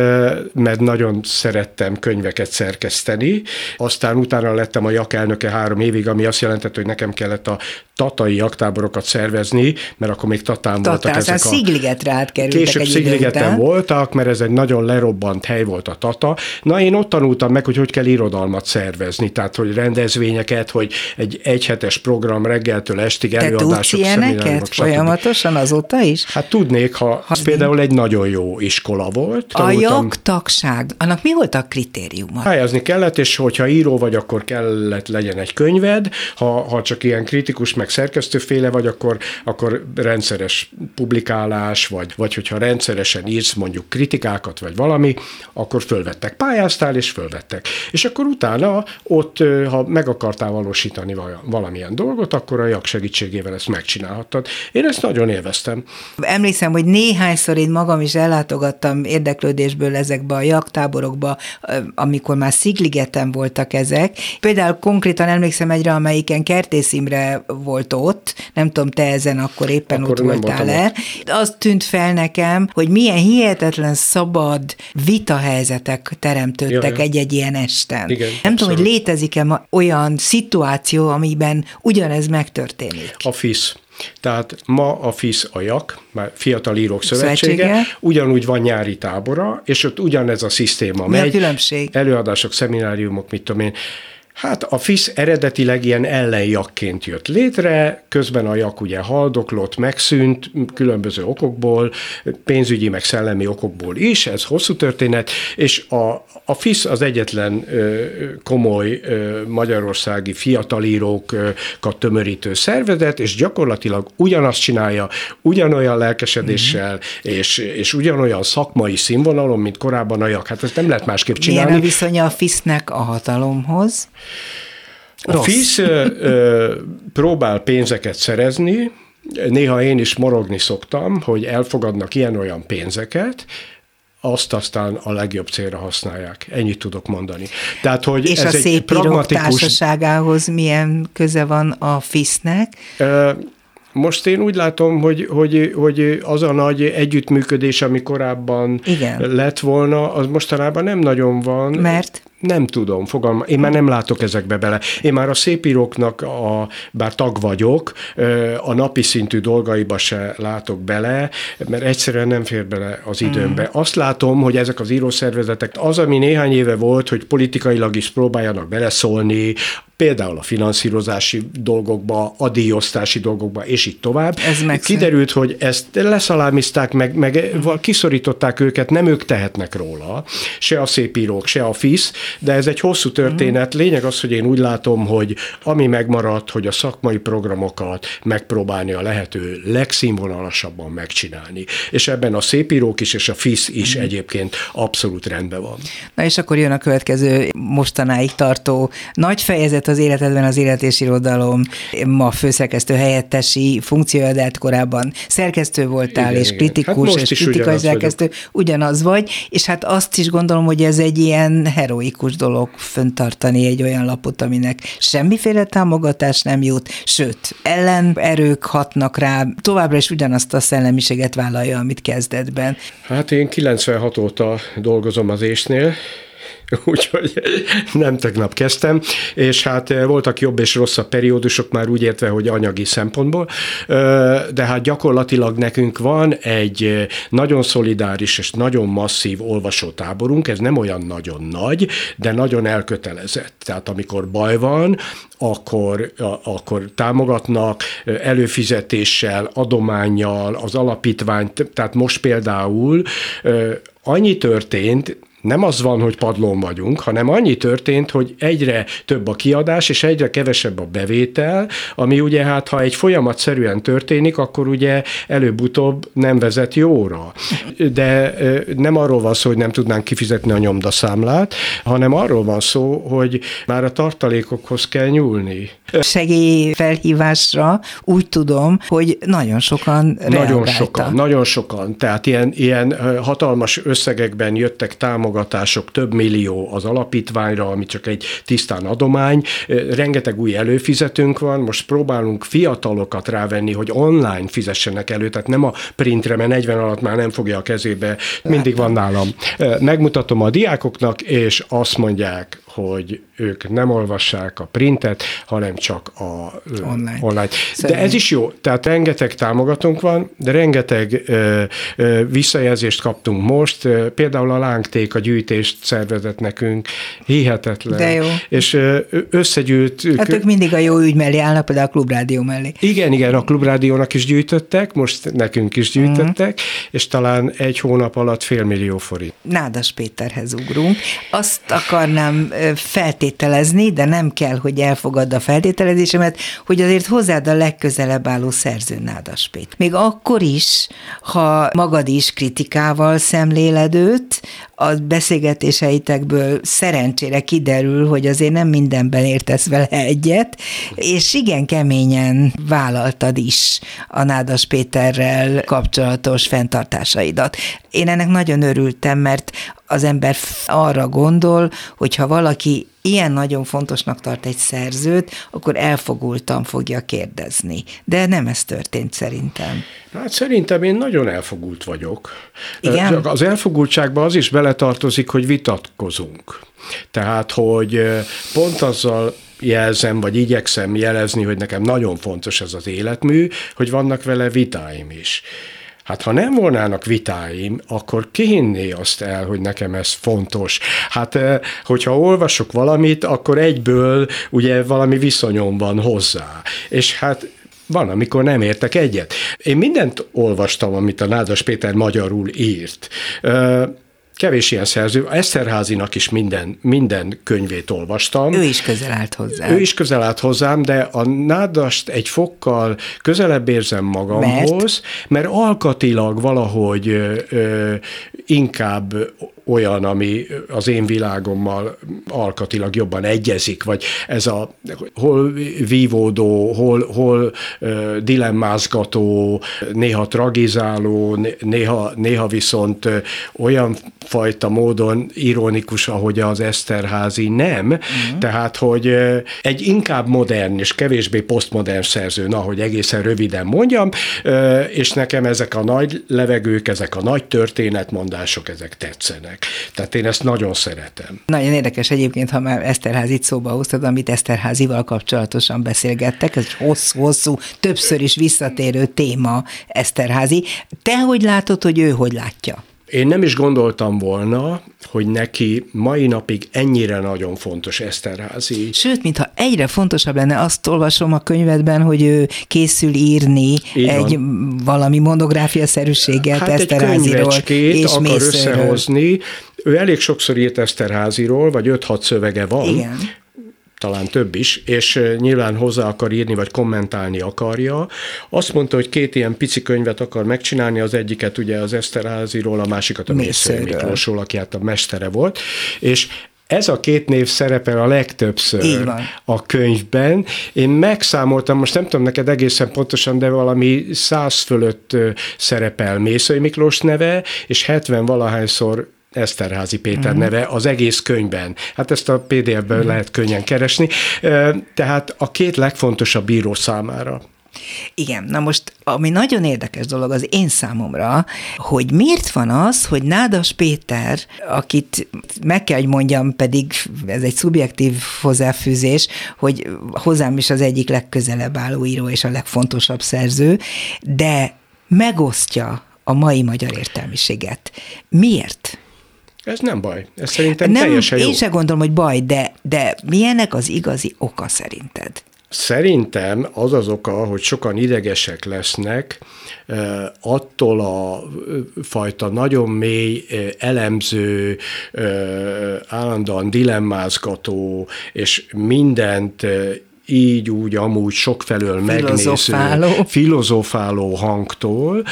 mert nagyon szerettem könyveket szerkeszteni, aztán utána lettem a jak elnöke három évig, ami azt jelentett, hogy nekem kellett a tatai jaktáborokat szervezni, mert akkor még Tatán Tatá, voltak ezek a... Szigligetre átkerültek Később egy Szigligeten voltak, mert ez egy nagyon lerobbant hely volt a Tata. Na, én ott tanultam meg, hogy hogy kell irodalmat szervezni, tehát hogy rendezvényeket, hogy egy egyhetes program reggeltől estig előadások, te szemináriumok, folyamatosan azóta is? Hát tudnék, ha az például egy nagyon jó iskola volt. A jaktagság, annak mi volt a kritériuma? Pályázni kellett, és hogyha író vagy, akkor kellett legyen egy könyved, ha, ha csak ilyen kritikus, meg szerkesztőféle vagy, akkor, akkor rendszeres publikálás, vagy, vagy hogyha rendszeresen írsz mondjuk kritikákat, vagy valami, akkor fölvettek. Pályáztál, és fölvettek. És akkor utána ott, ha meg akartál valósítani valamilyen dolgot, akkor a jak segítségével ezt megcsinálhattad. Én ezt nagyon élveztem. Emlékszem, hogy néhányszor én magam is ellátogattam érdeklődésből ezekbe a jaktáborokba, amikor már Szigligeten voltak ezek. Például konkrétan emlékszem egyre, amelyiken Kertész Imre volt ott, nem tudom, te ezen akkor éppen akkor ott voltál-e. Az tűnt fel nekem, hogy milyen hihetetlen szabad vitahelyzetek teremtődtek egy-egy ilyen esten. Igen, nem abszolút. tudom, hogy létezik-e ma olyan szituáció, amiben ugyanez megtörténik. A FISZ. Tehát ma a FISZ a jak, már Fiatal Írók Szövetsége, Szövetsége, ugyanúgy van nyári tábora, és ott ugyanez a szisztéma mi megy. a különbség? Előadások, szemináriumok, mit tudom én. Hát a FISZ eredetileg ilyen ellenjakként jött létre, közben a jak ugye haldoklott, megszűnt különböző okokból, pénzügyi meg szellemi okokból is, ez hosszú történet, és a, a FISZ az egyetlen ö, komoly ö, magyarországi fiatalírókat tömörítő szervezet, és gyakorlatilag ugyanazt csinálja, ugyanolyan lelkesedéssel, mm-hmm. és, és ugyanolyan szakmai színvonalon, mint korábban a jak. Hát ezt nem lehet másképp csinálni. Milyen a viszonya a FISZ-nek a hatalomhoz? A Rossz. FISZ ö, próbál pénzeket szerezni, néha én is morogni szoktam, hogy elfogadnak ilyen-olyan pénzeket, azt aztán a legjobb célra használják. Ennyit tudok mondani. Tehát, hogy és ez a egy Szép pragmatikus... Írók Társaságához milyen köze van a FISZ-nek? Ö, Most én úgy látom, hogy, hogy, hogy az a nagy együttműködés, ami korábban Igen. lett volna, az mostanában nem nagyon van. Mert? Nem tudom, fogalma. Én már nem látok ezekbe bele. Én már a szépíróknak, a, bár tag vagyok, a napi szintű dolgaiba se látok bele, mert egyszerűen nem fér bele az időmbe. Mm. Azt látom, hogy ezek az írószervezetek, az, ami néhány éve volt, hogy politikailag is próbáljanak beleszólni, például a finanszírozási dolgokba, a díjosztási dolgokba, és így tovább. Kiderült, hogy ezt leszalámizták, meg, meg kiszorították őket, nem ők tehetnek róla, se a szépírók, se a FISZ, de ez egy hosszú történet. Lényeg az, hogy én úgy látom, hogy ami megmaradt, hogy a szakmai programokat megpróbálni a lehető legszínvonalasabban megcsinálni. És ebben a szépírók is, és a FISZ is egyébként abszolút rendben van. Na és akkor jön a következő mostanáig tartó nagy fejezet az életedben, az élet és irodalom, ma főszerkesztő helyettesi funkciója, de hát korábban szerkesztő voltál, igen, és igen. kritikus, hát és kritikai szerkesztő, vagyok. Ugyanaz vagy, és hát azt is gondolom, hogy ez egy ilyen heroikus dolog föntartani egy olyan lapot, aminek semmiféle támogatás nem jut, sőt, ellenerők hatnak rá, továbbra is ugyanazt a szellemiséget vállalja, amit kezdetben. Hát én kilencvenhat óta dolgozom az ésnél, úgyhogy nem tegnap kezdtem, és hát voltak jobb és rosszabb periódusok, már úgy értve, hogy anyagi szempontból, de hát gyakorlatilag nekünk van egy nagyon szolidáris és nagyon masszív olvasótáborunk, ez nem olyan nagyon nagy, de nagyon elkötelezett. Tehát amikor baj van, akkor, akkor támogatnak előfizetéssel, adománnyal, az alapítványt, tehát most például annyi történt, nem az van, hogy padlón vagyunk, hanem annyi történt, hogy egyre több a kiadás, és egyre kevesebb a bevétel, ami ugye hát, ha egy folyamatszerűen történik, akkor ugye előbb-utóbb nem vezet jóra. De nem arról van szó, hogy nem tudnánk kifizetni a nyomdaszámlát, hanem arról van szó, hogy már a tartalékokhoz kell nyúlni. Segélyfelhívásra úgy tudom, hogy nagyon sokan reagáltak. Nagyon sokan, nagyon sokan. Tehát ilyen, ilyen hatalmas összegekben jöttek támogatások, több millió az alapítványra, ami csak egy tisztán adomány. Rengeteg új előfizetőnk van, most próbálunk fiatalokat rávenni, hogy online fizessenek elő, tehát nem a printre, mert negyven alatt már nem fogja a kezébe, mindig van nálam. Megmutatom a diákoknak, és azt mondják, hogy ők nem olvassák a printet, hanem csak a online. online. De ez is jó, tehát rengeteg támogatónk van, de rengeteg ö, ö, visszajelzést kaptunk most, például a Lángték a gyűjtést szervezett nekünk, hihetetlen. De jó. És ö, összegyűjt... Hát ők mindig a jó ügy mellé állnak, például a Klubrádió mellé. Igen, igen, a Klubrádiónak is gyűjtöttek, most nekünk is gyűjtöttek, uh-huh. és talán egy hónap alatt félmillió forint. Nádas Péterhez ugrunk. Azt akarnám feltételezni, de nem kell, hogy elfogadd a feltételezésemet, hogy azért hozzád a legközelebb álló szerző Nádas Péter. Még akkor is, ha magad is kritikával szemléled őt, a beszélgetéseitekből szerencsére kiderül, hogy azért nem mindenben értesz vele egyet, és igen keményen vállaltad is a Nádas Péterrel kapcsolatos fenntartásaidat. Én ennek nagyon örültem, mert az ember arra gondol, hogy ha valaki ilyen nagyon fontosnak tart egy szerzőt, akkor elfogultan fogja kérdezni. De nem ez történt szerintem. Hát szerintem én nagyon elfogult vagyok. Igen? Az elfogultságban az is beletartozik, hogy vitatkozunk. Tehát, hogy pont azzal jelzem, vagy igyekszem jelezni, hogy nekem nagyon fontos ez az életmű, hogy vannak vele vitáim is. Hát ha nem volnának vitáim, akkor ki hinné azt el, hogy nekem ez fontos? Hát hogyha olvasok valamit, akkor egyből ugye valami viszonyom van hozzá. És hát van, amikor nem értek egyet. Én mindent olvastam, amit a Nádas Péter magyarul írt. Kevés ilyen szerző. Eszterházynak is minden, minden könyvét olvastam. Ő is közel állt hozzám. Ő is közel állt hozzám, de a Nádast egy fokkal közelebb érzem magamhoz, mert, mert alkatilag valahogy ö, ö, inkább olyan, ami az én világommal alkatilag jobban egyezik, vagy ez a hol vívódó, hol, hol uh, dilemmázgató, néha tragizáló, néha, néha viszont uh, olyan fajta módon ironikus, ahogy az Eszterházy nem. Uh-huh. Tehát, hogy uh, egy inkább modern és kevésbé posztmodern szerző, na, hogy egészen röviden mondjam, uh, és nekem ezek a nagy levegők, ezek a nagy történetmondások, ezek tetszenek. beszélnek. Tehát én ezt nagyon szeretem. Nagyon érdekes egyébként, ha már Eszterházit szóba hoztad, amit Eszterházival kapcsolatosan beszélgettek, ez egy hosszú-hosszú, többször is visszatérő téma Eszterházi. Te hogy látod, hogy ő hogy látja? Én nem is gondoltam volna, hogy neki mai napig ennyire nagyon fontos Eszterházi. Sőt, mintha egyre fontosabb lenne, azt olvasom a könyvedben, hogy ő készül írni egy valami monográfia-szerűséget hát Eszterháziról és akar Mészőről. Összehozni. Ő elég sokszor írt Eszterháziról, vagy öt-hat szövege van. Igen. Talán több is, és nyilván hozzá akar írni, vagy kommentálni akarja. Azt mondta, hogy két ilyen pici könyvet akar megcsinálni, az egyiket ugye az Eszterháziról, a másikat a Mésző Miklósról, aki hát a mestere volt, és ez a két név szerepel a legtöbbször a könyvben. Én megszámoltam, most nem tudom neked egészen pontosan, de valami száz fölött szerepel Mésző Miklós neve, és hetven valahányszor Eszterházi Péter uh-huh. neve az egész könyvben. Hát ezt a pé dé ef-ben uh-huh. lehet könnyen keresni. Tehát a két legfontosabb író számára. Igen, na most, ami nagyon érdekes dolog az én számomra, hogy miért van az, hogy Nádas Péter, akit meg kell, hogy mondjam, pedig ez egy szubjektív hozzáfűzés, hogy hozzám is az egyik legközelebb álló író és a legfontosabb szerző, de megosztja a mai magyar értelmiséget. Miért? Ez nem baj. Ez szerintem nem, teljesen jó. Én sem gondolom, hogy baj, de, de milyenek az igazi oka szerinted? Szerintem az az oka, hogy sokan idegesek lesznek attól a fajta nagyon mély, elemző, állandóan dilemmázgató, és mindent így, úgy, amúgy sokfelől megnéző, filozofáló hangtól.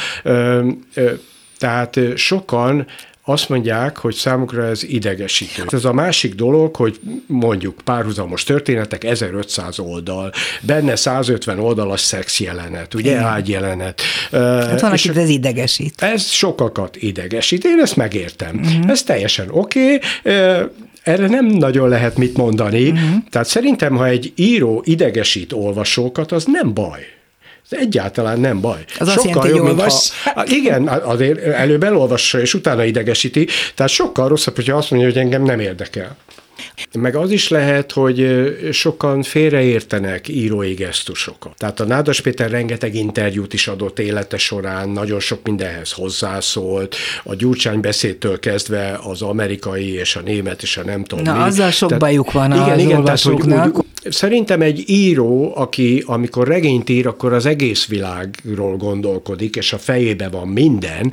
Tehát sokan azt mondják, hogy számukra ez idegesítő. Ez a másik dolog, hogy mondjuk párhuzamos történetek, ezerötszáz oldal, benne százötven oldalas szexjelenet, ugye, ágyjelenet. Hát van, akit ez idegesít. Ez sokakat idegesít, én ezt megértem. Uh-huh. Ez teljesen oké, okay. Erre nem nagyon lehet mit mondani. Uh-huh. Tehát szerintem, ha egy író idegesít olvasókat, az nem baj. Ez egyáltalán nem baj. Az sokkal azt jelenti, jobb, olvas, ha... Igen, azért előbb elolvassa, és utána idegesíti. Tehát sokkal rosszabb, hogyha azt mondja, hogy engem nem érdekel. Meg az is lehet, hogy sokan félreértenek írói gesztusokat. Tehát a Nádas Péter rengeteg interjút is adott élete során, nagyon sok mindenhez hozzászólt, a Gyurcsány beszédtől kezdve az amerikai és a német és a nem tudom Na, mi. azzal sok tehát, bajuk van igen, az igen, olvasóknak. Tehát, hogy úgy, szerintem egy író, aki amikor regényt ír, akkor az egész világról gondolkodik, és a fejében van minden,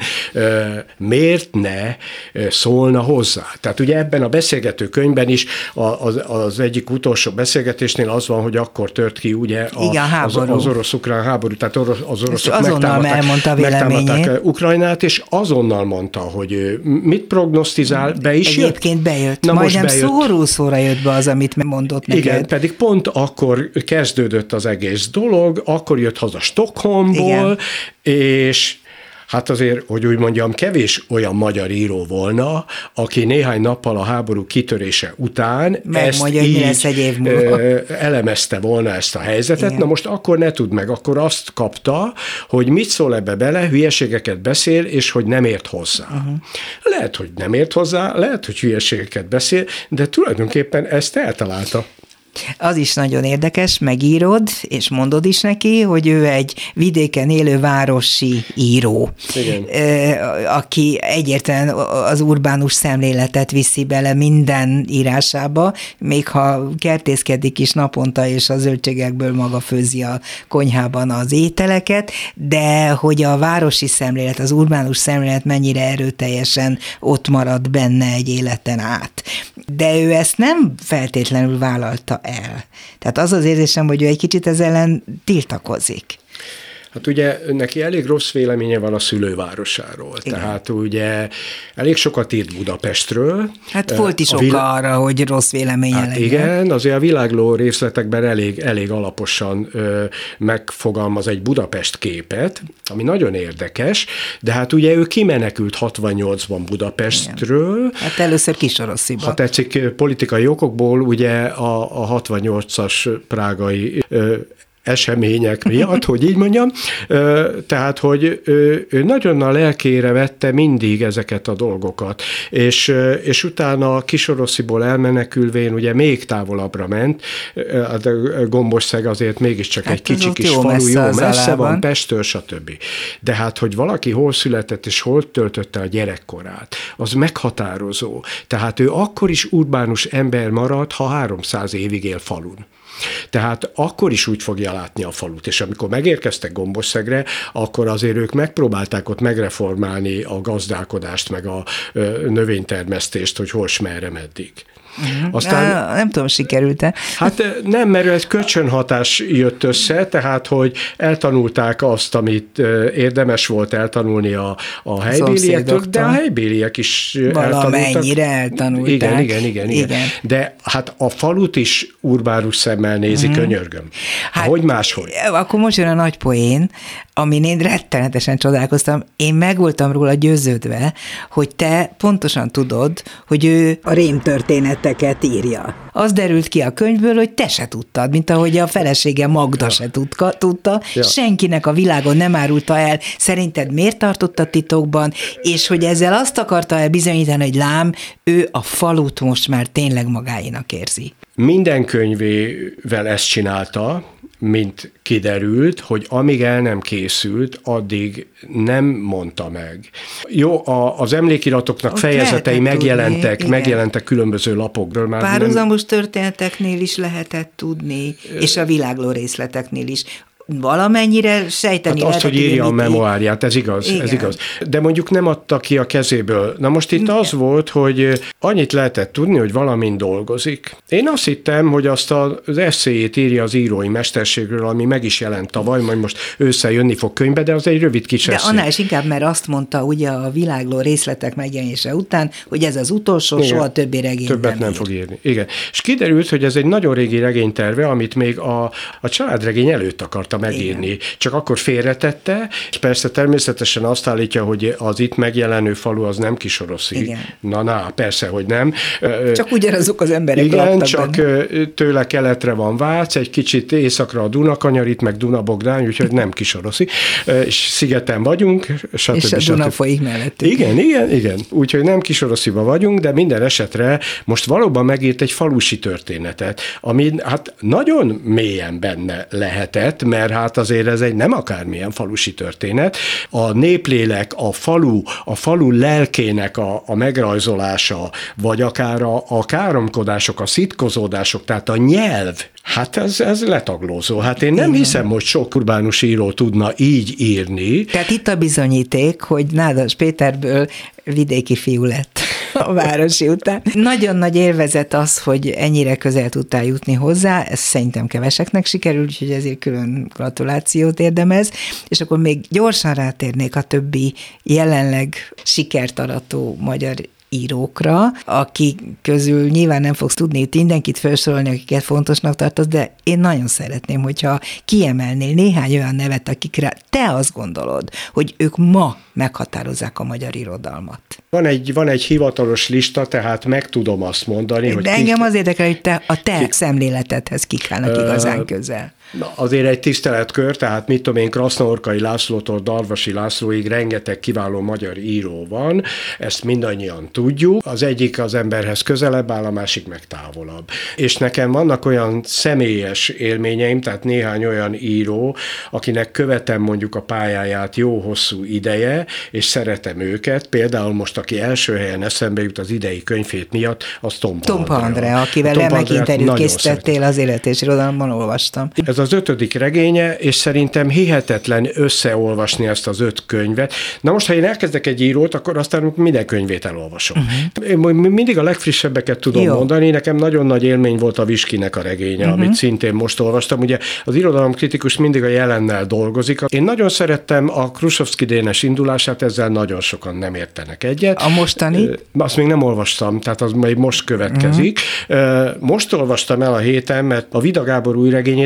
miért ne szólna hozzá? Tehát ugye ebben a beszélgető könyvben is az, az egyik utolsó beszélgetésnél az van, hogy akkor tört ki ugye a, igen, az, az orosz-ukrán háború, tehát az oroszok megtámadták, megtámadták Ukrajnát, és azonnal mondta, hogy mit prognosztizál, be is jött. Egyébként bejött. Na majdnem szóról szóra jött be az, amit mondott neked. Igen, pedig pont akkor kezdődött az egész dolog, akkor jött haza Stockholmból, igen. És hát azért, hogy úgy mondjam, kevés olyan magyar író volna, aki néhány nappal a háború kitörése után megmondja, hogy mi lesz egy év múlva. Elemezte volna ezt a helyzetet. Igen. Na most akkor ne tud meg, akkor azt kapta, hogy mit szól ebbe bele, hülyeségeket beszél, és hogy nem ért hozzá. Uh-huh. Lehet, hogy nem ért hozzá, lehet, hogy hülyeségeket beszél, de tulajdonképpen ezt eltalálta. Az is nagyon érdekes, megírod, és mondod is neki, hogy ő egy vidéken élő városi író, igen. Aki egyértelműen az urbánus szemléletet viszi bele minden írásába, még ha kertészkedik is naponta, és a zöldségekből maga főzi a konyhában az ételeket, de hogy a városi szemlélet, az urbánus szemlélet mennyire erőteljesen ott marad benne egy életen át. De ő ezt nem feltétlenül vállalta el. Tehát az az érzésem, hogy ő egy kicsit ezzel ellen tiltakozik. Hát ugye neki elég rossz véleménye van a szülővárosáról. Igen. Tehát ugye elég sokat írt Budapestről. Hát volt is a oka vilá... arra, hogy rossz véleménye hát legyen. Igen, azért a világló részletekben elég, elég alaposan ö, megfogalmaz egy Budapest képet, ami nagyon érdekes, de hát ugye ő kimenekült hatvannyolcban Budapestről. Igen. Hát először Kisorossziba. Ha tetszik, politikai okokból ugye a, a hatvannyolcas prágai ö, események miatt, hogy így mondjam. Tehát, hogy ő nagyon a lelkére vette mindig ezeket a dolgokat, és, és utána Kisorosziból elmenekülvén ugye még távolabbra ment, a Gombosszeg azért mégiscsak hát egy kicsi kis jó falu, messze jó messze alában. van, Pesttől, stb. De hát, hogy valaki hol született és hol töltötte a gyerekkorát, az meghatározó. Tehát ő akkor is urbánus ember marad, ha háromszáz évig él falun. Tehát akkor is úgy fogja látni a falut, és amikor megérkeztek Gombosszegre, akkor azért ők megpróbálták ott megreformálni a gazdálkodást, meg a növénytermesztést, hogy hol, merre, meddig. Uh-huh. Aztán, Á, nem tudom, sikerült-e? Hát nem, mert ez kölcsönhatás jött össze, tehát, hogy eltanulták azt, amit érdemes volt eltanulni a, a helybéliektől, de a helybéliek is valamennyire eltanulták. Igen, igen, igen, igen, igen. De hát a falut is urbánus szemmel nézi, uh-huh. könyörgöm. Hát, hogy máshogy? Akkor most jön a nagy poén, amin én rettenetesen csodálkoztam. Én meg voltam róla győződve, hogy te pontosan tudod, hogy ő a rémtörténeteket írja. Az derült ki a könyvből, hogy te se tudtad, mint ahogy a felesége Magda ja. se tudka, tudta. Ja. Senkinek a világon nem árulta el. Szerinted miért tartotta titokban? És hogy ezzel azt akarta el bizonyítani, hogy lám, ő a falut most már tényleg magáénak érzi. Minden könyvével ezt csinálta, mint kiderült, hogy amíg el nem készült, addig nem mondta meg. Jó, a, az emlékiratoknak ott fejezetei megjelentek, tudni, megjelentek különböző lapokról. Már párhuzamos nem... történeteknél is lehetett tudni, és a világló részleteknél is. Valamennyire sejteni hát azt, hogy írja a memoárját, ez igaz, igen. ez igaz. De mondjuk nem adta ki a kezéből. Na most itt igen. az volt, hogy annyit lehetett tudni, hogy valamin dolgozik. Én azt hittem, hogy azt az eszéjét írja az írói mesterségről, ami meg is jelent tavaly, majd most ősszel jönni fog könyvbe, de az egy rövid kis de eszé. annál is inkább, mert azt mondta ugye a világló részletek megjelenése után, hogy ez az utolsó, igen. soha többi regény többet nem, nem fog írni. Igen. És kiderült, hogy ez egy nagyon régi regényterve, amit még a, a családregény előtt akarta megírni. Igen. Csak akkor félretette, és persze természetesen azt állítja, hogy az itt megjelenő falu az nem Kisoroszi. Igen. Na, na, persze, hogy nem. Csak ugyanazok az emberek igen, laktak csak benne. Tőle keletre van Vác, egy kicsit északra a Dunakanyar, meg Dunabogdány, úgyhogy nem Kisoroszi. És szigeten vagyunk, stb. És a Duna folyik mellettük. Igen, igen, igen. Úgyhogy nem Kisorosziba vagyunk, de minden esetre most valóban megírt egy falusi történetet, ami hát nagyon mélyen benne lehetett, mert hát azért ez egy nem akármilyen falusi történet. A néplélek, a falu, a falu lelkének a, a megrajzolása, vagy akár a, a káromkodások, a szitkozódások, tehát a nyelv, hát ez, ez letaglózó. Hát én nem igen. hiszem, hogy sok urbánus író tudna így írni. Tehát itt a bizonyíték, hogy Nádas Péterből vidéki fiú lett a városi után. Nagyon nagy élvezet az, hogy ennyire közel tudtál jutni hozzá, ez szerintem keveseknek sikerült, úgyhogy ezért külön gratulációt érdemez, és akkor még gyorsan rátérnék a többi jelenleg sikert arató magyar írókra, akik közül nyilván nem fogsz tudni itt mindenkit felsorolni, akiket fontosnak tartasz, de én nagyon szeretném, hogyha kiemelnél néhány olyan nevet, akikre te azt gondolod, hogy ők ma meghatározzák a magyar irodalmat. Van egy, van egy hivatalos lista, tehát meg tudom azt mondani, de hogy... De engem az érdekel, hogy te, a te kik, szemléletedhez kik állnak uh, igazán közel. Na, azért egy tiszteletkör, tehát mit tudom én, Krasznaorkai Lászlótól Darvasi Lászlóig rengeteg kiváló magyar író van, ezt mindannyian tudjuk. Az egyik az emberhez közelebb áll, a másik meg távolabb. És nekem vannak olyan személyes élményeim, tehát néhány olyan író, akinek követem mondjuk a pályáját jó hosszú ideje, és szeretem őket. Például most, aki első helyen eszembe jut az idei könyvét miatt, az Tompa, Tompa Andrea. Andrea, akivel remek interjút készítettél az Élet és Irodalomban, olvastam. Ez az ötödik regénye, és szerintem hihetetlen összeolvasni ezt az öt könyvet. Na most, ha én elkezdek egy írót, akkor aztán minden könyvét elolvasom. Uh-huh. Én mindig a legfrissebbeket tudom Jó. mondani. Nekem nagyon nagy élmény volt a Viskinek a regénye, uh-huh. amit szintén most olvastam. Ugye az irodalomkritikus mindig a jelennel dolgozik. Én nagyon szerettem a Krusovszky Dénes indulását, ezzel nagyon sokan nem értenek egyet. A mostani? Azt még nem olvastam, tehát az még most következik. Uh-huh. Most olvastam el a héten, mert a Vida Gábor új regényét, akit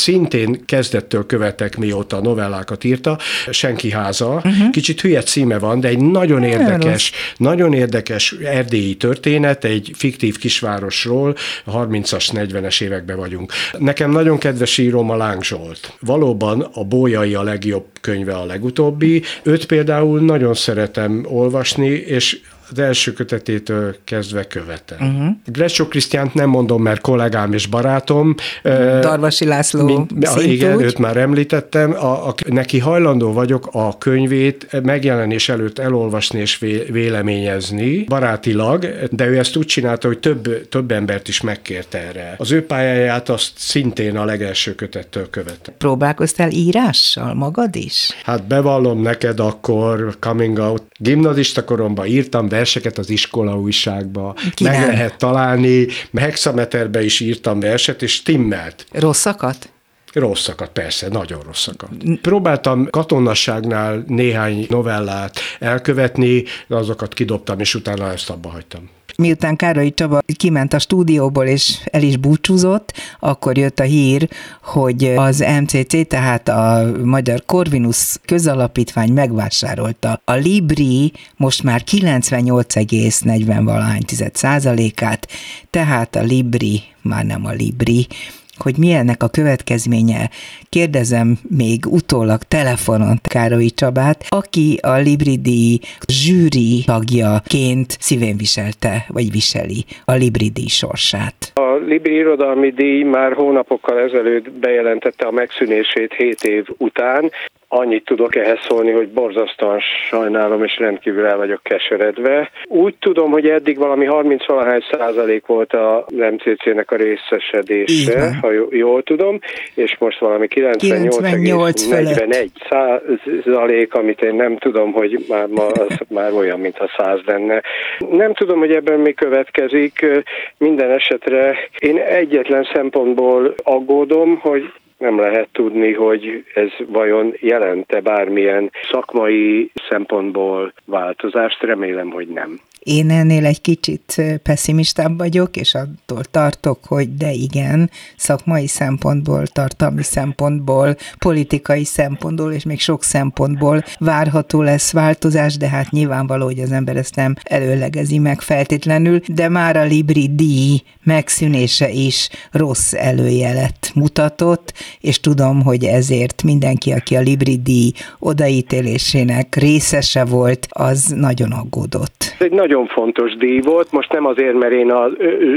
szintén kezdettől követek, mióta a novellákat írta, Senki háza. Uh-huh. Kicsit hülye címe van, de egy nagyon érdekes, nagyon érdekes erdélyi történet, egy fiktív kisvárosról, harmincas, negyvenes években vagyunk. Nekem nagyon kedves íróm a Láng Zsolt. Valóban a Bolyai a legjobb könyve a legutóbbi. Őt például nagyon szeretem olvasni, és az első kötetétől kezdve követem. Uh-huh. Grecsó Krisztiánt nem mondom, mert kollégám és barátom. Darvasi László mint, igen, őt már említettem. A, a, neki hajlandó vagyok a könyvét megjelenés előtt elolvasni és vé, véleményezni barátilag, de ő ezt úgy csinálta, hogy több, több embert is megkért erre. Az ő pályáját azt szintén a legelső kötettől követem. Próbálkoztál írással magad is? Hát bevallom neked akkor coming out. Gimnazista koromban írtam verseket az iskola újságba. Ki meg nem? Lehet találni, hexameterbe is írtam verset, és stimmelt. Rosszakat? Rosszakat, persze, nagyon rosszakat. Próbáltam katonasságnál néhány novellát elkövetni, de azokat kidobtam, és utána ezt abba hagytam. Miután Károly Csaba kiment a stúdióból, és el is búcsúzott, akkor jött a hír, hogy az em cé cé, tehát a Magyar Corvinus Közalapítvány megvásárolta a Libri most már kilencvennyolc egész negyven százalékát, tehát a Libri már nem a Libri. Hogy mi ennek a következménye, kérdezem még utólag telefonon Károly Csabát, aki a Libri-díj zsűri tagjaként szívén viselte, vagy viseli a Libri-díj sorsát. A Libri irodalmi díj már hónapokkal ezelőtt bejelentette a megszűnését hét év után. Annyit tudok ehhez szólni, hogy borzasztóan sajnálom, és rendkívül el vagyok keseredve. Úgy tudom, hogy eddig valami harminc-valahány százalék volt a em cé cének a részesedése, igen, ha jól tudom, és most valami kilencvennyolc egész negyvenegy százalék, amit én nem tudom, hogy már ma az már olyan, mintha száz lenne. Nem tudom, hogy ebben mi következik. Minden esetre én egyetlen szempontból aggódom, hogy nem lehet tudni, hogy ez vajon jelente bármilyen szakmai szempontból változást, remélem, hogy nem. Én ennél egy kicsit pessimistább vagyok, és attól tartok, hogy de igen, szakmai szempontból, tartalmi szempontból, politikai szempontból, és még sok szempontból várható lesz változás, de hát nyilvánvaló, hogy az ember ezt nem előlegezi meg feltétlenül, de már a Libri-díj megszűnése is rossz előjelet mutatott, és tudom, hogy ezért mindenki, aki a Libri-díj odaítélésének részese volt, az nagyon aggódott. Ez egy nagyon fontos díj volt, most nem azért, mert én a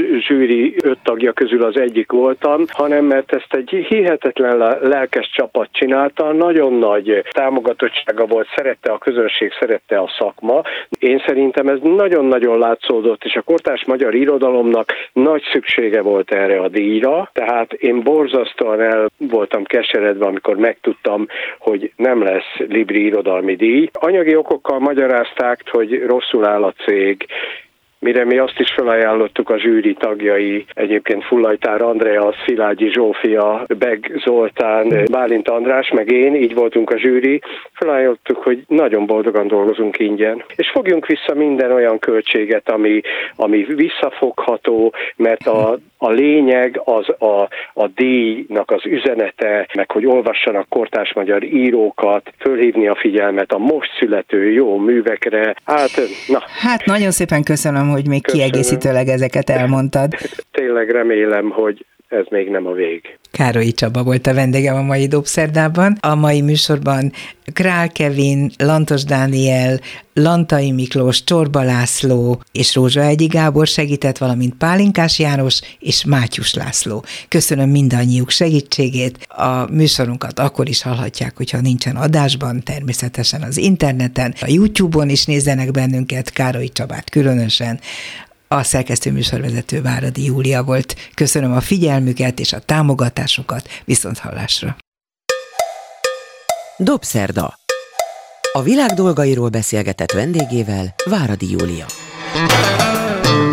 zsűri öt tagja közül az egyik voltam, hanem mert ezt egy hihetetlen lelkes csapat csinálta, nagyon nagy támogatottsága volt, szerette a közönség, szerette a szakma. Én szerintem ez nagyon-nagyon látszódott, és a kortárs magyar irodalomnak nagy szüksége volt erre a díjra, tehát én borzasztóan el voltam keseredve, amikor megtudtam, hogy nem lesz Libri irodalmi díj. Anyagi okokkal magyarázták, hogy rosszul áll a cég, mire mi azt is felajánlottuk a zsűri tagjai, egyébként Fullajtár Andreas, Szilágyi Zsófia, Beg Zoltán, Bálint András, meg én, így voltunk a zsűri, felajánlottuk, hogy nagyon boldogan dolgozunk ingyen. És fogjunk vissza minden olyan költséget, ami, ami visszafogható, mert a, a lényeg az a, a díjnak az üzenete, meg hogy olvassanak kortárs magyar írókat, fölhívni a figyelmet a most születő jó művekre. Hát, na. Hát nagyon szépen köszönöm, hogy még Köszönöm. kiegészítőleg ezeket elmondtad. Tényleg remélem, hogy ez még nem a vég. Károly Csaba volt a vendégem a mai Dobszerdában. A mai műsorban Král Kevin, Lantos Dániel, Lantai Miklós, Csorba László és Rózsaegyi Gábor segített, valamint Pálinkás János és Mátyus László. Köszönöm mindannyiuk segítségét. A műsorunkat akkor is hallhatják, hogyha nincsen adásban, természetesen az interneten, a YouTube-on is nézzenek bennünket, Károly Csabát különösen. A szerkesztő műsorvezető Váradi Júlia volt. Köszönöm a figyelmüket és a támogatásokat. Viszonthallásra. Dobszerda. A világ dolgairól beszélgetett vendégével Váradi Júlia.